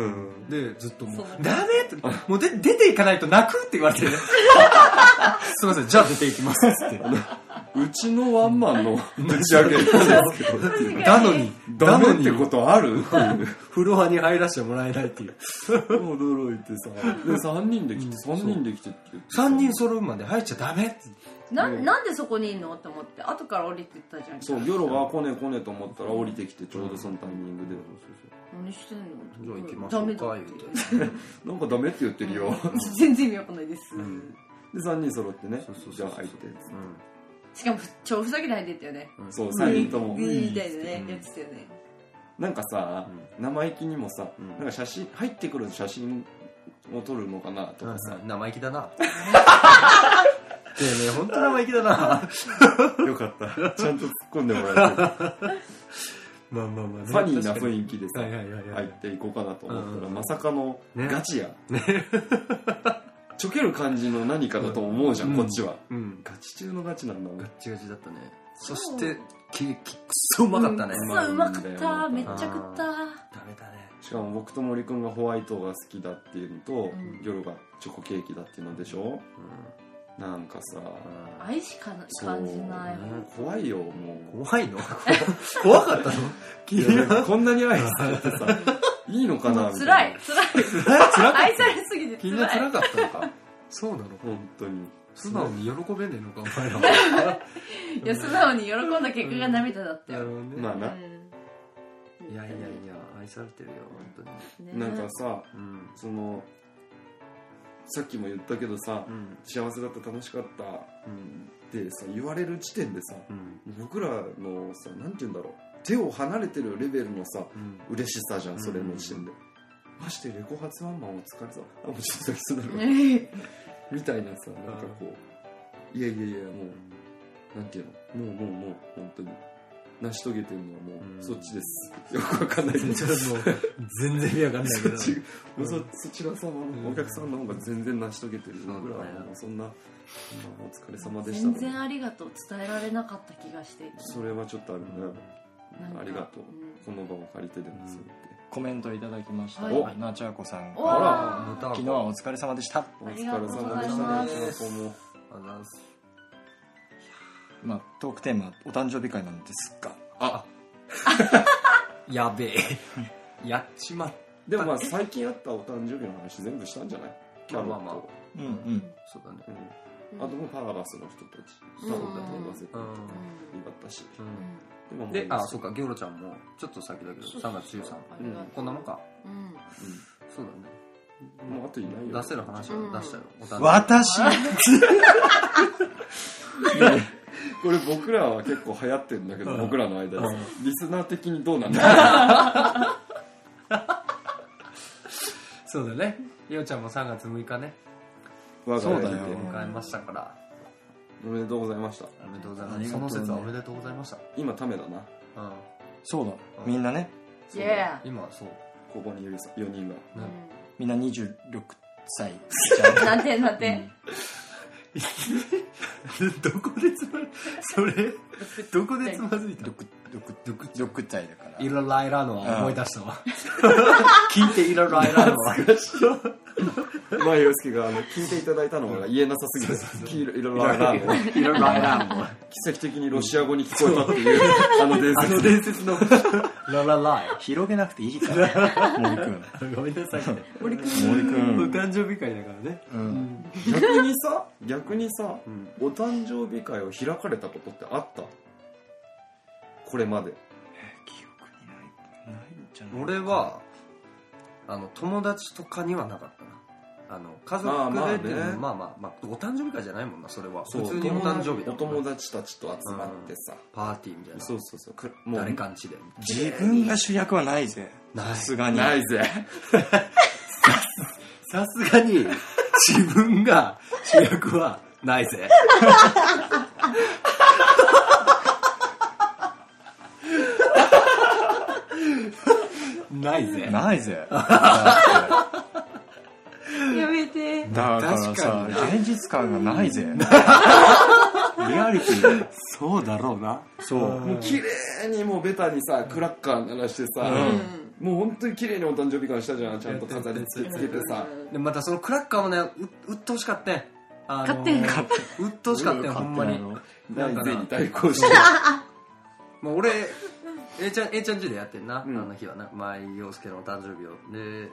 でずっともうダメってもうで出ていかないと泣くって言われてねすいませんじゃあ出ていきますっつってうちのワンマンの打ち上げですけどだのにダメってことあるフロアに入らせてもらえないっていう驚いてさでさんにんで来てさんにんで来てってさんにん揃うまで入っちゃダメってな, なんでそこにいんのって思って後から降りてったじゃん。 そうギョロが来ね来ねと思ったら降りてきてちょうどそのタイミングで、うん、 何してんのじゃあ行きましょうか言うてなんかダメって言ってるよ全然意味わかんないです、 うん、でさんにん揃ってねじゃあ入って、うん、 しかも超ふざけて入ってったよね、 うん、そうさんにんともみたいなね、うん、やつだよね。 なんかさ、うん、生意気にもさ、うん、なんか写真入ってくる写真を撮るのかなとかさ、 うん、生意気だなねえねえ本当生意気だなよかったちゃんと突っ込んでもらえてまあまあまあ、ね、 ファニーな雰囲気でさ、 はいはいはいはい、 入っていこうかなと思ったら、うん、まさかのガチや、 ね、 ちょける感じの何かだと思うじゃん、うん、こっちは、 うん、 ガチ中のガチなんだもん。 ガチガチだったね。そしてケーキくそうまかったね、 うん、くそうまかった。めっちゃ食った。 ダメだね。 しかも僕と森くんがホワイトが好きだっていうのと、うん、ギョロがチョコケーキだっていうのでしょ、うん、なんかさ愛しか感じない。 怖いよもう。怖いの怖かったのこんなに愛されてさいいのかなみたいな。 辛い辛い辛い愛されすぎて辛い。 みんな辛かったのかそうなの本当に素直に喜べねえのかお前らいや素直に喜んだ結果が涙だったよ、うん、 まあな、うん、 いやいやいや愛されてるよ本当に、 ね、なんかさ、うん、そのさっきも言ったけどさ、うん、幸せだった楽しかった、うん、ってさ言われる時点でさ、うん、僕らのさなんて言うんだろう手を離れてるレベルのさ、うん、嬉しさじゃんそれの時点で、うん、ましてレコ発ワンマンお疲れさあもうちょっとだけそうだろうみたいなさなんかこういやいやいやもうなんていうのもうもうもう本当に成し遂げてるのはもうそっちです、うん、よくわかんないです全然意味わかんないけどそっち、うん、そ, そちら様のお客さんの方が全然成し遂げてる、うん、僕らはもうそんな、まあ、お疲れ様でした全然ありがとう伝えられなかった気がしていた。 それはちょっとあるね、うん、ありがとう、うん、この場を借りてでもそうってコメントいただきました。 はいおなちゃこさんおかーら昨日はお疲れ様でした。 お疲れ様でしたね。 ありがとうございますちゃんこもまあトークテーマお誕生日会なんですが、 あやべえやっちまっでもまあ最近あったお誕生日の話全部したんじゃない？キャロット、 まあまあまあうんうんそうだねうん、あともうパラダスの人たちうんそうだね忘れてうんよかったし、 うんでももうであそうかギョロちゃんもちょっと先だけどさんがつじゅうさんありがとうこんなもんかうんそうだねもうあといないよ出せる話は出したよお誕生日私これ僕らは結構流行ってるんだけど、 うん僕らの間でリスナー的にどうなんだそうだねリオちゃんもさんがつむいかねろうそうだよ迎えましたからおめでとうございました。 おめでとうございますありがとうねその説はおめでとうございました今ためだな、 うんそうだみんなねイエ今はそうここにいるさよにんがーみんなにじゅうろくさいうんなんてなんてどこでつまそれどこでつまずいたろくろく歳だからいろいろあいらのは思い出したわ聞いていろいろあいらのは前洋介があの聞いていただいたのが言えなさすぎていろいろあらんのいろいろあいらんの奇跡的にロシア語に聞こえたっていうあの伝あ説の伝説のラララ広げなくていいから森くんイごめんなさいね森くおん誕生日会だからねうん逆にさ逆にさ、 んお誕生日会を開かれたことってあった？これまで記憶にないないんじゃない俺はあの友達とかにはなかったなあの家まあまあね族でっていうのまあまあまあお誕生日会じゃないもんなそれはそう普通にお誕生日だお友達たちと集まってさ、 パーティーみたいなそうそうそうくもう誰かんちで自分が主役はないぜさすがにないぜさすがに自分が主役はないぜないぜないぜだやめてから確かさにな現実感がないぜリアリティだよそうだろうなそうもう綺麗にもうベタにさクラッカー鳴らしてさ、もう本当に綺麗にお誕生日会したじゃんちゃんと飾り付けつけてさでまたそのクラッカーもねう売ってほしかったねあの買ってんの売ってほしかったよほんまにないぜに対抗してまあ俺 A ちゃん A ちゃん家でやってんな、 うんあの日はな前陽介のお誕生日をで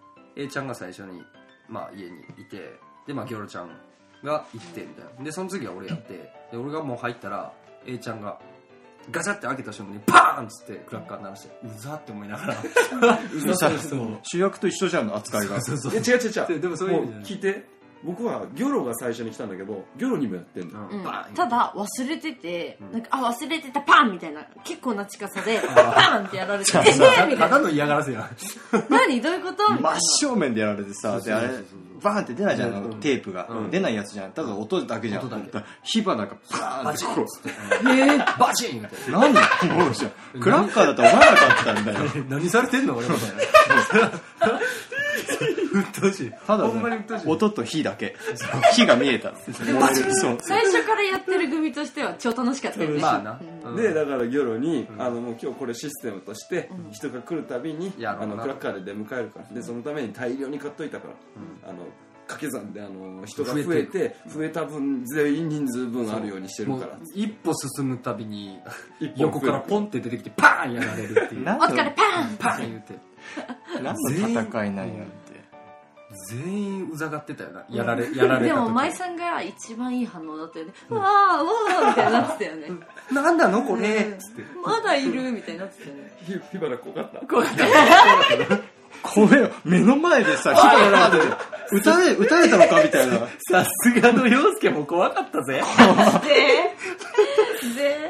A ちゃんが最初に、まあ、家にいてでまあギョロちゃんが行ってみたいなでその次は俺やってで俺がもう入ったら A ちゃんがガチャって開けた瞬間にパーンっつってクラッカー鳴らしてうざって思いながらうざそう主役と一緒じゃんの扱いがそうそうえ違う違う違うでもそういう意味じゃないもう聞いて僕はギョロが最初に来たんだけどギョロにもやってんの、 うんうんバーンただ忘れてて、なんかあ忘れてたパンみたいな結構な近さでパンってやられてえーみたいなただの嫌がらせやん何どういうことみたい真な正面でやられてさであれバーンって出ないじゃんあのうんテープがうん出ないやつじゃんただ音だけじゃん音だけ火花がバーンバってこチンっつってえーバチンみたいななんだもうじゃんクラッカーだと思わなかったんだよ何されてんの俺みたいなうっとうしいただほんまにうっとうしい音と火だけ火が見えた燃えるそう最初からやってる組としては超楽しかったよねまあな、うんでだからギョロに、あのもう今日これシステムとして、人が来るたびにやろうなあのクラッカーで出迎えるからでそのために大量に買っといたから、あの掛け算であの人が増えて増えた分全員人数分あるようにしてるもうから一歩進むたびに一本横からポンって出てきてパーンやられるっていう何お疲れパンパーン言うて何の戦いなんやって全員うざがってたよなやられやられでた時も舞さんが一番いい反応だったよね、うわーうわーみたいになってたよねなんなのこれつってまだいるみたいになってたよねひ火花怖かったこうやってこれ目の前でさ火がやられて撃たれ撃たれたのかみたいなさすがの陽介も怖かったぜでで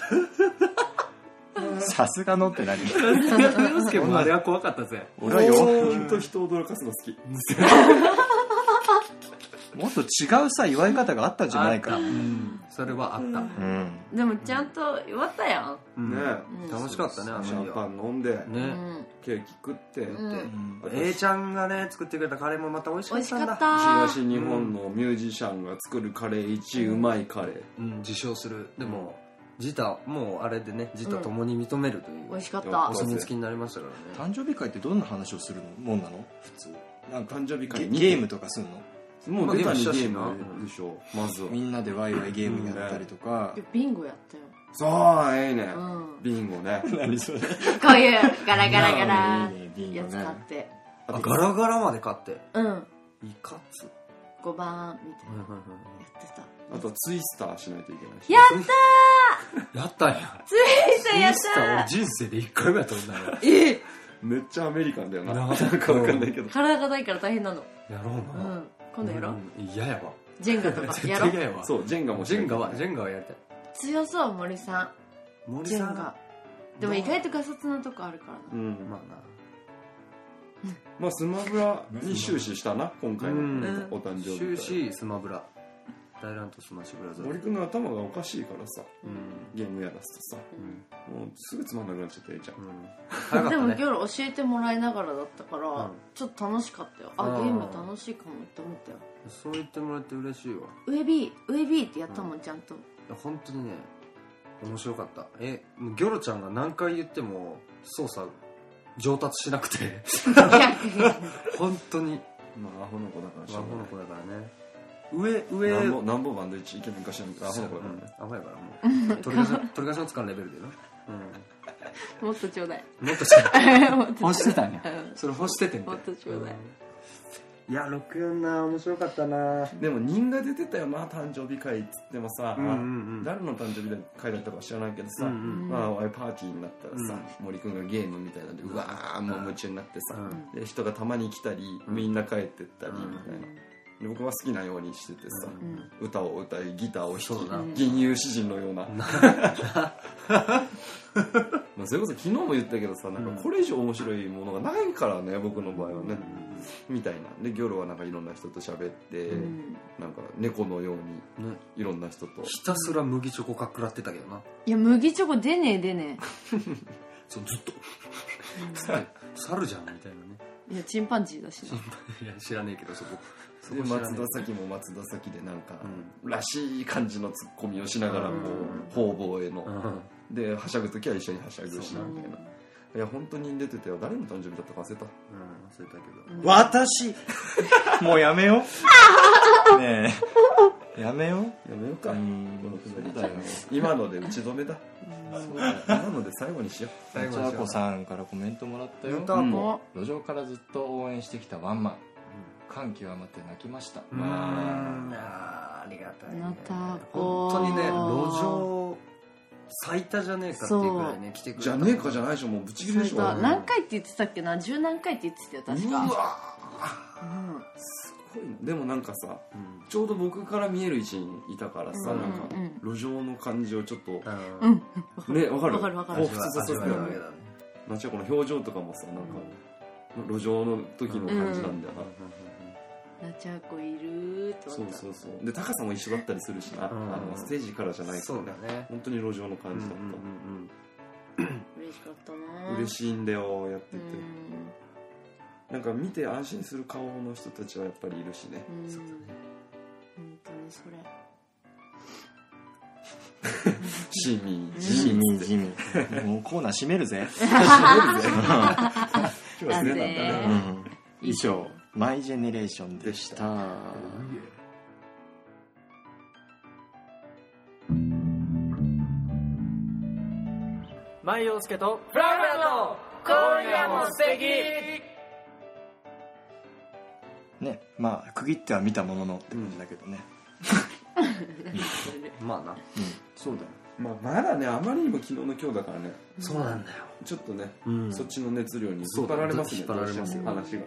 さすがのって何さすがの陽介もあれは怖かったぜ俺はよ本当人を驚かすの好きもっと違うさ祝い方があったんじゃないかあったうんそれはあったうんでもちゃんと祝ったやん、 うんね楽しかったねあの日シャンパはン飲んで、 ねうんケーキ食って、 うん、 A ちゃんがね作ってくれたカレーもまた美味しか美味しかったんだった東日本のミュージシャンが作るカレー一うまいカレー、 うん自称するでも自他もうあれでね自他共に認めるという、 うん、美味しかったお墨付きになりましたからね。誕生日会ってどんな話をするもんなの普通？なんか誕生日会ゲームとかするの？もう出たにゲームでしょ、まずはみんなでワイワイゲームやったりとか、 うん、ビンゴやったよ。 そうええね、 うん、 ビンゴね何それこういうガラガラガラやつ買って、 あガラガラまで買って、 うんいかつごばんみたいなやってた。 あとツイスターしないといけないし。 やったーやったんや。 ツイスターやったー。 ツイスター人生でいっかいめやったもんな。 えめっちゃアメリカンだよな。なんかわかんないけど。 体がないから大変なの。 やろうな。 うん。今度やろう。 嫌やわ。 ジェンガとかやろう。 嫌やわ。 そう、ジェンガもジェンガは、ジェンガはやりたい。 強そう、森さん。 森さん。ジェンガ。でも意外とガサツなとこあるからな。 うん、まあな。まあスマブラに終始したな今回のお誕生日会。 終始スマブラ。大乱闘スマッシュブラザーズ。 森くんの頭がおかしいからさ、ゲームやらすとさ、もうすぐつまんなくなっちゃってるじゃん。 でも夜教えてもらいながらだったからちょっと楽しかったよ。あ、ゲーム楽しいかもって思ったよ。 そう言ってもらって嬉しいわ。 上 B 上 B ってやったもんちゃんと。 本当にね面白かった。えギョロちゃんが何回言っても操作上達しなくて本当にまあアホの子だからアホの子だからね。上上何本バンドイチイケメンかしらんけどアホの子だからね。 アホやからもう取り返しのつかんレベルでな。 もっとちょうだい。 もっとちょうだい。欲してたんや。それ欲しててん。 もっとちょうだい。 いやろくじゅうよんな面白かったな。 でも人が出てたよな誕生日会っつってもさ、誰の誕生日会だったか知らないけどさ、まあパーティーになったらさ、森くんがゲームみたいなんでうわーもう夢中になってさ、で人がたまに来たりみんな帰ってったりみたいな。僕は好きなようにしててさ、うん、歌を歌いギターを弾き吟遊詩人のようなまあそれこそ昨日も言ったけどさ、なんかこれ以上面白いものがないからね僕の場合はね、うん、みたいな。でギョロはなんかいろんな人と喋って、うん、なんか猫のようにいろんな人と、 ひたすら麦チョコかっくらってたけどな。 いや麦チョコ出ねえ出ねえそうずっと猿じゃんみたいなね。 いやチンパンジーだしな。 いや知らねえけどそこで松田咲も松田咲でなんか、うん、らしい感じのツッコミをしながらこう方々への、うん、ではしゃぐ時は一緒にはしゃぐしなみたいな。いや本当に出てたよ。誰の誕生日だったか忘れた、うん、忘れたけど、 うん、私もうやめようねえやめようやめようか。うんそうだよ今ので打ち止めだ。そうだ今ので最後にしよう。 最後にしよう。さんからコメントもらったよ。 うん、 路上からずっと応援してきたワンマン、感極まって泣きました。 うん、ありがたい、ね、 また本当にね路上最多じゃねえかっていうくらいね来てくれた。 じゃねえかじゃないでしょ、もうぶち切れでしょ。 何回って言ってたっけな、十何回って言ってたよ確か。うわ、 うん、すごい、ね、でもなんかさ、うん、ちょうど僕から見える位置にいたからさ、うん、なんか路上の感じをちょっと、うん、ね、わかるわかるわかる。 彷彿させてるわけだね。なんかこの表情とかもさ、なんか、うん、路上の時の感じなんだよな。 なちゃこいると思った。そうそうそう。で高さも一緒だったりするしな、うん、あのステージからじゃないからね。そうだね。本当に路上の感じだった。 うんうんうん、嬉しかったな。 嬉しいんだよやってて。うん、なんか見て安心する顔の人たちはやっぱりいるしね。 うん、 そうだね。 本当にそれ。 しみじみじみ。もうコーナー閉めるぜ。 閉めるぜ。今日はねなんだね。 以上。マイジェネレーションでした。 マイヨウスケとフラフラの今夜も素敵ね、まあ区切っては見たもののって感じだけどね。 うん、まあな、うん、 そうだよ。まあ、まだね、あまりにも昨日の今日だからね。 そうなんだよ。 ちょっとね、うん、そっちの熱量に引っ張られますね。引っ張られますよ、話が。うん、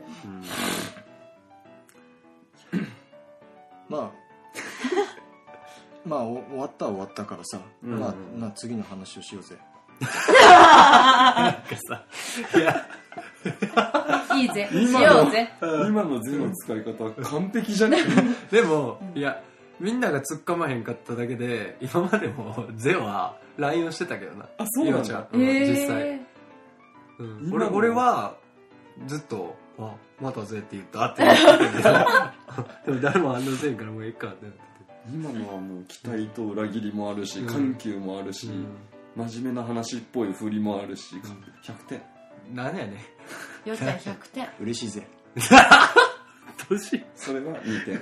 まあ、まあ終わったは終わったからさ、うん、まあ、まあ次の話をしようぜ。 なんかさ、いや、 いいぜ、しようぜ。 今の図の使い方は完璧じゃねえ。でも、いや。みんなが突っ込まへんかっただけで今までもゼは ライン をしてたけどな。 あ、そうなんだ、 うん、実際、うん、俺, 俺はずっと「あまたゼって言った」って言ってたけどでも誰も反応せんからもういいかってなってて、 今のはもう期待と裏切りもあるし、緩急もあるし、真面目な話っぽい振りもあるし、ひゃくてん。 何やねん。よっちゃんひゃくてん。 嬉しいぜ。 どうしそれはにてん。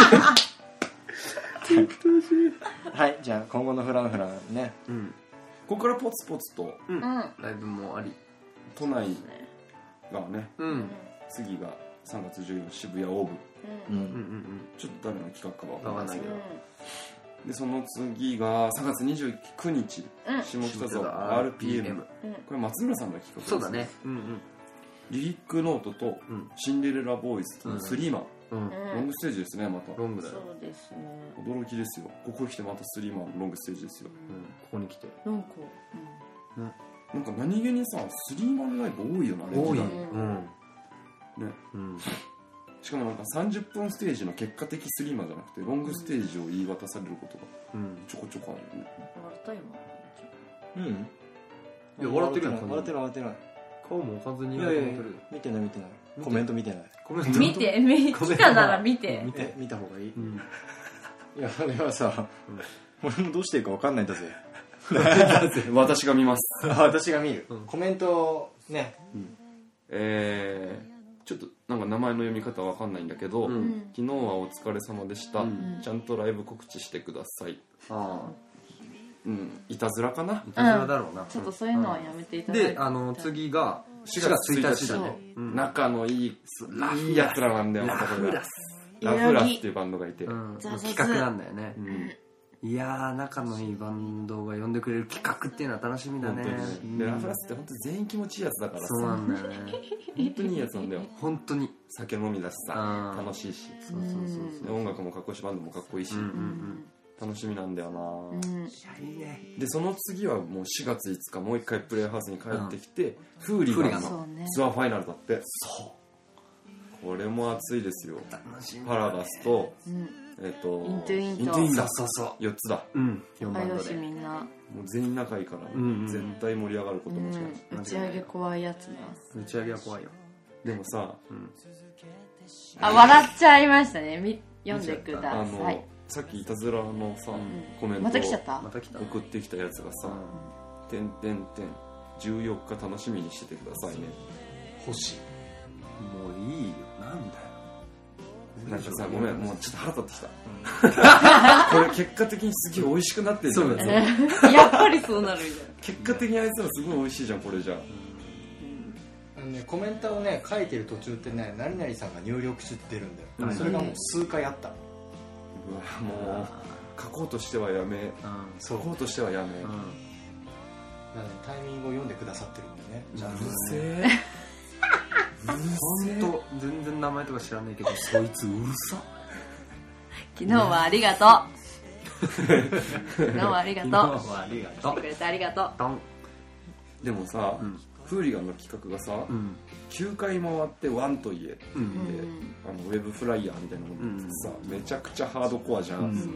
はい、じゃあ今後のフランフランね。 うん。 ここからポツポツと、 うん。ライブもあり。 都内がね、 うん。 次がさんがつじゅうよっか渋谷オーブ。 うんうんうんうん。ちょっと誰の企画かはわかんないけど。 でその次がさんがつにじゅうくにち、下北沢 アールピーエム。これ松村さんの企画です。 そうだね。うんうん。 リリックノートとシンデレラボーイズとスリーマン。ロングステージですね、また。 ロングだよ。 そうですね。 驚きですよ。ここに来てまたスリーマンロングステージですよ。 ここに来て。 なんか。 なんか何気にさ、スリーマンライブ多いよな、 多い。うん。 ね。 うん。 しかもなんかさんじゅっぷんステージの結果的スリーマンじゃなくてロングステージを言い渡されることがちょこちょこあるよね。 笑った今。うん。 いや笑ってるよ。 笑ってる笑ってない。 顔も完全に笑ってる。見てない見てない。コメント見てない。 コメント見て、見たなら見て。 見て見た方がいい。いやあれはさ、俺もどうしていいか分かんないんだぜ。 私が見ます。 私が見る。コメントね。 えー。ちょっとなんか名前の読み方わかんないんだけど、うん、昨日はお疲れ様でした、うん、ちゃんとライブ告知してください。ああ、うん、いたずらかな。 いたずらだろうな、うん、 ちょっとそういうのはやめていただいて。 で、あの次がしがつついたちだね、 うん、仲のいいいいやつらなんだよ。ラフラスラフラスっていうバンドがいて、うん、 企画なんだよね、うん、いやー仲のいいバンドが呼んでくれる企画っていうのは楽しみだね。 でラフラスって本当全員気持ちいいやつだからさ。 そうなんだよね。 本当にいいやつなんだよ。 本当に酒飲みだしさ、楽しいし、 そうそうそうそう、音楽もかっこいいしバンドもかっこいいし、うんうんうん、楽しみなんだよな、うん、でその次はもうしがついつかもう一回プレイハウスに帰ってきて、うん、フーリガンのツアーファイナルだって。そうこれも熱いですよ。パラダスと、うんえっと、 イントゥイント、 イントゥインだ、そうそう、よっつだ、 うん、よんばんだでみんなもう全員仲いいから、うんうん、絶対盛り上がること間違いない、 うん、打ち上げ怖いやつな。 打ち上げは怖いよ。 でもさ、うん、 あ、笑っちゃいましたね。み読んでください。あのさっきいたずらのさ、うん、コメントまた来ちゃった。 送ってきたやつがさ「てんてんてんじゅうよっか楽しみにしててくださいね」 欲しい。もういいよ、なんだよ。 なんかさ、ごめん、もうちょっと腹立ってきた。これ結果的にすげえ美味しくなってるじゃん。そうやっぱりそうなるじゃん。 結果的にあいつらすごい美味しいじゃん、これじゃあ。 あのね、コメントをね書いてる途中ってね、何々さんが入力して出るんだよ、うん、それがもう数回あった。 うわ、もう書こうとしてはやめ、うん、書こうとしてはやめ、うん、なのでタイミングを読んでくださってるんだよね。 じゃあうるせえ本当全然名前とか知らないけど、そいつうるさ。 昨日はありがとう。昨日はありがとう。 昨日はありがとう。 来てくれてありがとう。 でもさ、うん、フーリガンの企画がさ、うん、きゅうかい回ってワンと言えって、うん、あのウェブフライヤーみたいなのってさ、うん、めちゃくちゃハードコアじゃん、うん、なんか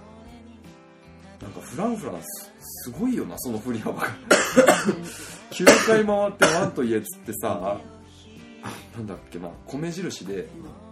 フランフランすごいよな、その振り幅が。きゅうかい回ってワンと言えっつってさ、なんだっけな、米印で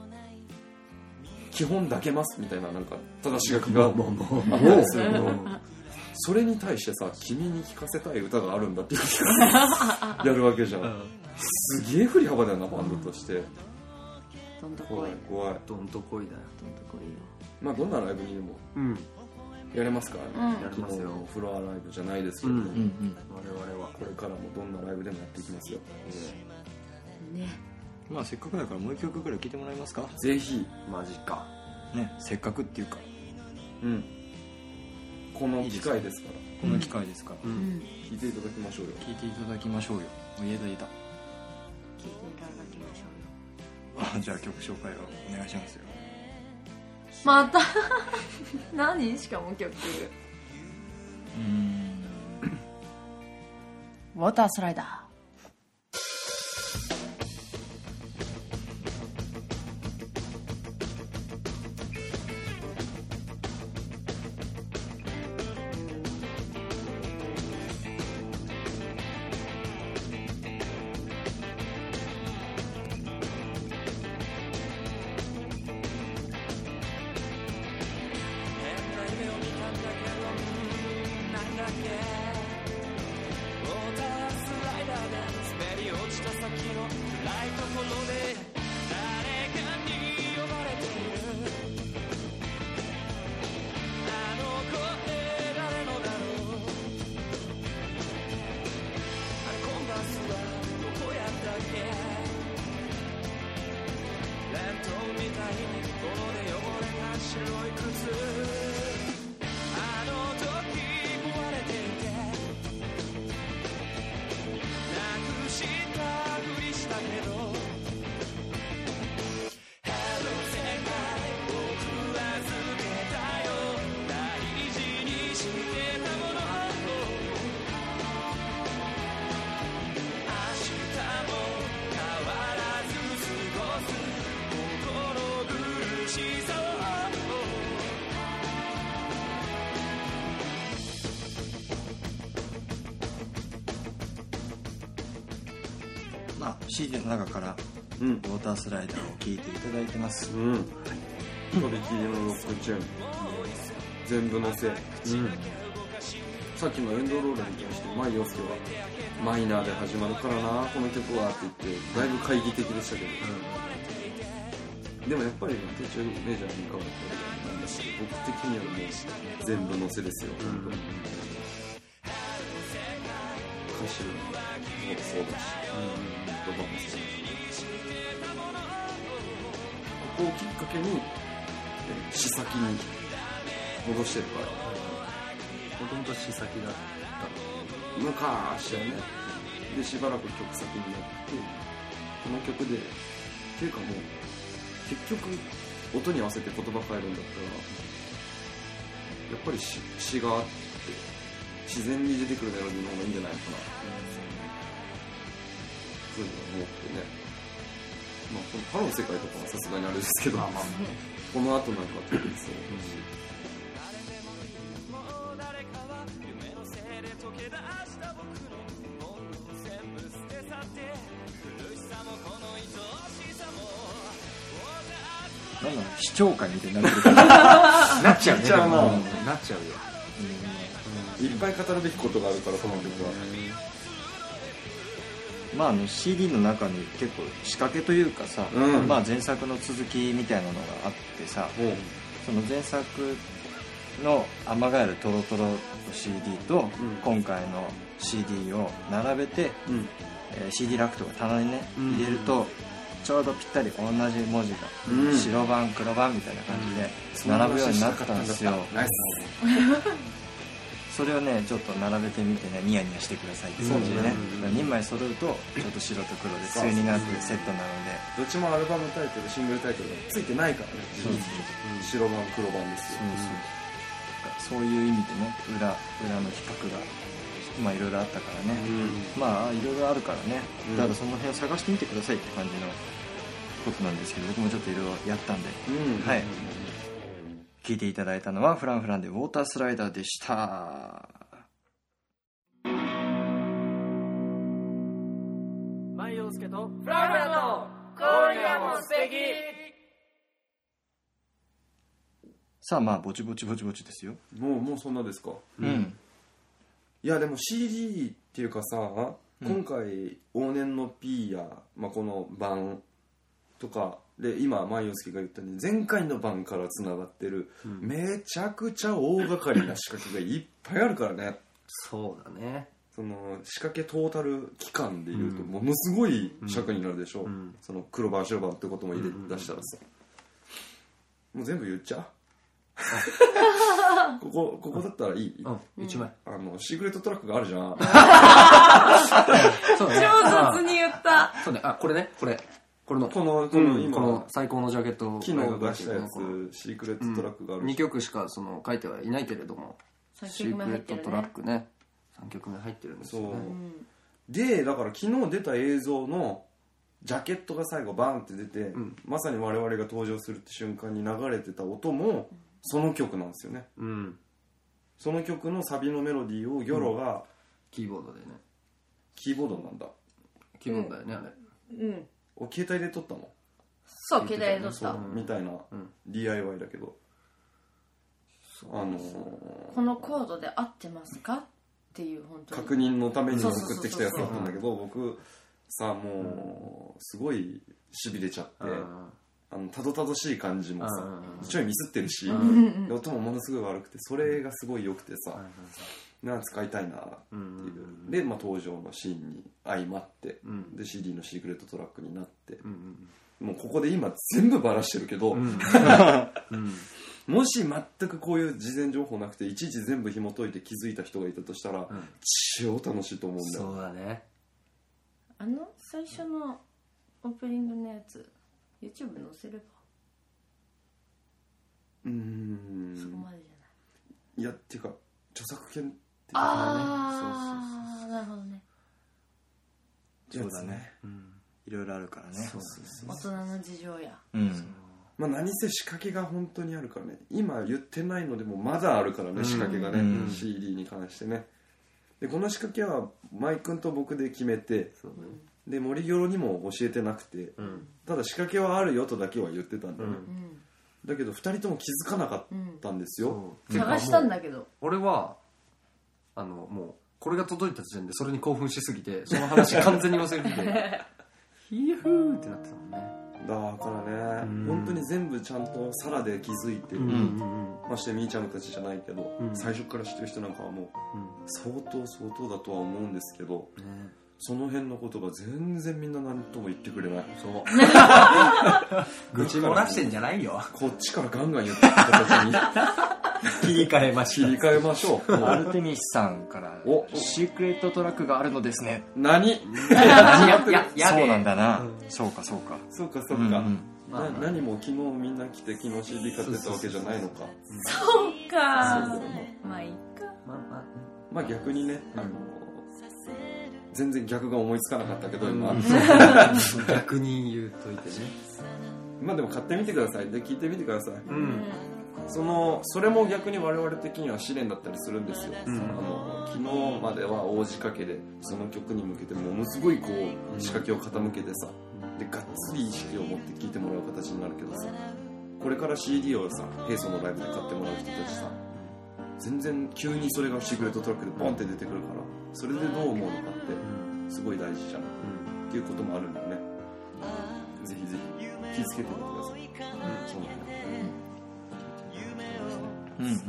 基本抱けますみたいな、なんか正し書きがあったりするけど、それに対してさ、君に聴かせたい歌があるんだっていうやるわけじゃん。すげえ振り幅だよな、バンドとして。 どんとこい、 怖い、 どんとこいだよ、 どんとこいよ。 まあどんなライブにでもやれますからね、うん、やりますよ。フロアライブじゃないですけど、うんうんうん、我々はこれからもどんなライブでもやっていきますよ、 うん、ね。 まあせっかくだからもう一曲ぐらい聴いてもらえますか。 ぜひ。 マジかね、せっかくっていうか、 うん、この機会ですから、 この機会ですから、 うんうん、聴いていただきましょうよ。 聴いていただきましょうよ。言えた言えた。 聴いていただきましょうよ。 あ、じゃあ曲紹介をお願いしますよ。 また何しかも曲。うーん。ウォータースライダー。 シーディー の中からウォータースライダーを聴いていただいてます。 うん。とびきりのロックチェーン全部乗せ、うん、さっきのエンドローラーに対して舞陽介はマイナーで始まるからなこの曲はって言ってだいぶ懐疑的でしたけど、うん、でもやっぱり途中メジャーに変わったなんだけど僕的にはもう全部乗せですよ、うん、歌詞もそうだし、言葉もそうだし、ここをきっかけに試先に戻してるからもともと試先だった昔はねでしばらく曲先になってこの曲でっていうかもう結局音に合わせて言葉変えるんだったらやっぱり詩、詩があって自然に出てくるメロディーの方がいいんじゃないかなそういうのを思ってねまあこのハロー世界とかはさすがにあれですけど、まあまあこの後なんか特にそうだし、 なんだろう視聴会みたいになってるなっちゃうねなっちゃうな、 なっちゃうよ、 うん、いっぱい語るべきことがあるからこの曲は、 まあ、あの シーディー の中に結構仕掛けというかさ、うんまあ、前作の続きみたいなのがあってさ、うん、その前作の「アマガエルトロトロ」の シーディー と、うん、今回の シーディー を並べて、うんえー、シーディー ラックとか棚にね入れると、うん、ちょうどぴったり同じ文字が、うん、白番黒番みたいな感じで並ぶようになったんですよ、それをねちょっと並べてみてねニヤニヤしてくださいって感じでね、にまい揃うとちょっと白と黒で対になってセットなのでどっちもアルバムタイトルシングルタイトルがついてないからねそうそう白番黒番ですよ、 そうそうそういう意味でね裏裏の比較がまあいろいろあったからね、うん、まあいろいろあるからね、うん、だからその辺を探してみてくださいって感じのことなんですけど僕もちょっといろいろやったんで、うん、はい、聴いていただいたのはフランフランでウォータースライダーでした。 舞陽介とフランフランの今夜も素敵。 さあまあぼちぼちぼちぼちですよ。 もうもうそんなですか。 うん、うんいやでも シーディー っていうかさ、うん、今回往年の P や、まあ、この版とかで今舞陽介が言ったように前回の版からつながってる、うん、めちゃくちゃ大掛かりな仕掛けがいっぱいあるからねそうだねその仕掛けトータル期間でいうとものすごい尺になるでしょ、うん、その黒番白番ってことも入れ出したらさ、うん、もう全部言っちゃうここここだったらいい、 うん、いちまいあのシークレットトラックがあるじゃんそうね超雑に言ったそうねあこれねこれこれのこのこの今、 うん、この最高のジャケットを昨日出したやつシークレットトラックがある、 うん、にきょくしかその書いてはいないけれどもさんきょくめ入ってるねシークレットトラックねさんきょくめ入ってるんですよねそう、うん、でだから昨日出た映像のジャケットが最後バーンって出て、うん、まさに我々が登場するって瞬間に流れてた音もその曲なんですよね、うん、その曲のサビのメロディーをギョロが、うん、 キーボードでねキーボードなんだキーボードだよね、 うん、あれうんお携帯で撮ったのそう携帯で撮ったみたいな ディーアイワイ だけど、 うん、あのー、このコードで合ってますかっていう本当に確認のために送ってきたやつだったんだけど僕さもうすごいしびれちゃって、うんあのたどたどしい感じもさちょいミスってるし音もものすごい悪くてそれがすごい良くてさな使いたいなっていうで、まあ、登場のシーンに相まってで シーディー のシークレットトラックになってもうここで今全部バラしてるけどもし全くこういう事前情報なくていちいち全部紐解いて気づいた人がいたとしたら超楽しいと思うんだよ。 そうだねあの最初のオープニングのやつYouTube 載せればうーんそこまでじゃないいやっていうか著作権っていうかねああなるほどねそうだね、うん、いろいろあるからねそうそうそう大人の事情やうんまあ何せ仕掛けが本当にあるからね今言ってないのでもまだあるからね仕掛けがね、うん、シーディー に関してねでこの仕掛けはマイ君と僕で決めて、 で森ギョロにも教えてなくて、うん、ただ仕掛けはあるよとだけは言ってたんだよね、うん、だけどふたりとも気づかなかったんですよ、 うん、探したんだけど俺はあのもうこれが届いた時点でそれに興奮しすぎてその話完全に忘れててヒヤフーってなってたもんね。 だからね、うん、本当に全部ちゃんとサラで気づいて、うん、ましてみーちゃんたちじゃないけど、うん、最初から知ってる人なんかはもう、うん、相当相当だとは思うんですけど、うん、その辺のことが全然みんな何とも言ってくれない。そう愚痴漏らしてんじゃないよ。 こっちからガンガン言ってる人たちに切り替えましょう。 切り替えましょう。 アルテミスさんからおシークレットトラックがあるのですね。 何？ いやいやそうなんだな、うん、そうかそうかそうかそうか、うんうん、な何も昨日みんな来て昨日 シーディー 買ってたわけじゃないのか。 そうかそう、ね、まあいいかまあまあまあ逆にね、あの全然逆が思いつかなかったけど今、うん、 逆に言うといてね。 まあでも買ってみてください。で聞いてみてください、うん、そのそれも逆に我々的には試練だったりするんですよ、うん、あの昨日までは大仕掛けでその曲に向けてものすごいこう仕掛けを傾けてさ、でがっつり意識を持って聴いてもらう形になるけどさ、これから シーディー をさ平素のライブで買ってもらう人たちさ、全然急にそれがシークレットトラックでボンって出てくるから、それでどう思うのかってすごい大事じゃん、うん、っていうこともあるんだよね。ぜひぜひ気をつけてみてください、うん、そうなんだ、 うんうん、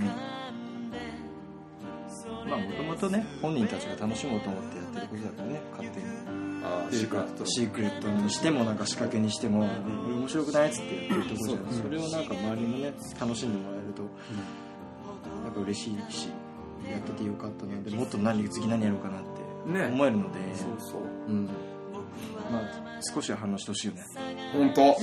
まあもともとね本人たちが楽しもうと思ってやってることだからね、勝手に。 あシークレットシークレットにしてもなんか仕掛けにしても、うん、面白くないっつってやってるところじゃん、うん、それをなんか周りもね楽しんでもらえると、うん、なんか嬉しいしやっててよかったので、もっと何次何やろうかなって思えるので、ね、 そうそう、 うん、まあ少しは反応してほしいよね。 本当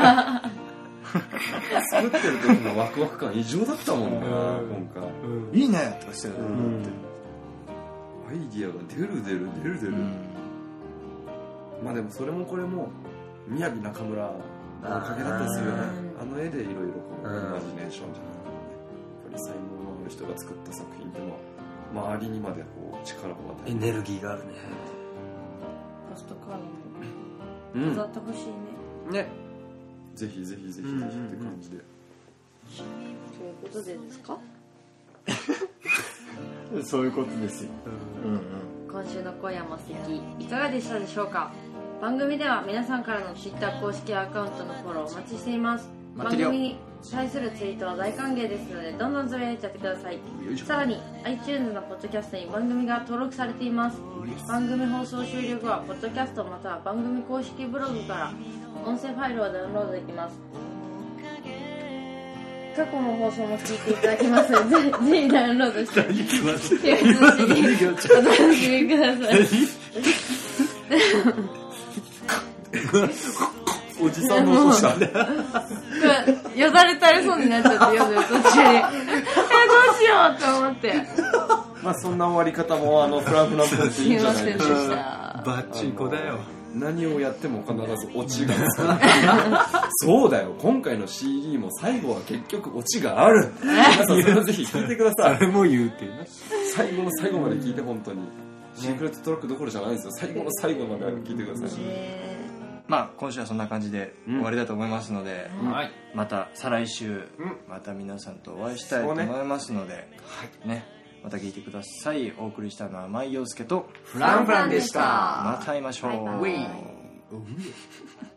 作ってる時のワクワク感異常だったもんね、今回、 うん、いいねとかしてる、うん、 アイディアが出る出る出る出る、うん、まあでもそれもこれも宮城中村のおかげだったりするよね。あの絵でいろいろこうイマジネーションじゃなくて、やっぱり才能のある人が作った作品っていうのは周りにまでこう力を与える、 エネルギーがあるね。 ポストカードも飾ってほしいね、 うん、ね、ぜひぜひぜひぜひって感じで、 そういうことでですかそういうことですよ、うんうん、 今週の今夜も素敵いかがでしたでしょうか。番組では皆さんからの Twitter 公式アカウントのフォローお待ちしています。番組に対するツイートは大歓迎ですのでどんどんつぶやいちゃってください。さらに iTunes のポッドキャストに番組が登録されています。番組放送終了後はポッドキャストまたは番組公式ブログから音声ファイルをダウンロードできます。過去の放送も聞いていただきますのでぜひダウンロードしてお楽しみください。 おじさんの音したね。 よだれ垂れそうになっちゃって読んでる途中にえどうしようと思って、 まあそんな終わり方もあのフランフランプっていいんじゃないでしょうか。 バッチリ子だよ。 何をやっても必ずオチがつくそうだよ、今回の シーディー も最後は結局オチがある。皆さんそれをぜひ聞いてください。 それも言うてな、 最後の最後まで聞いて、本当にシークレットトラックどころじゃないですよ、最後の最後まで聞いてください。 まあ今週はそんな感じで終わりだと思いますので、うん、また再来週また皆さんとお会いしたいと思いますので、ねはいね、また聞いてください。お送りしたのは舞陽介とフランフランでした。 また会いましょう。 バイバイ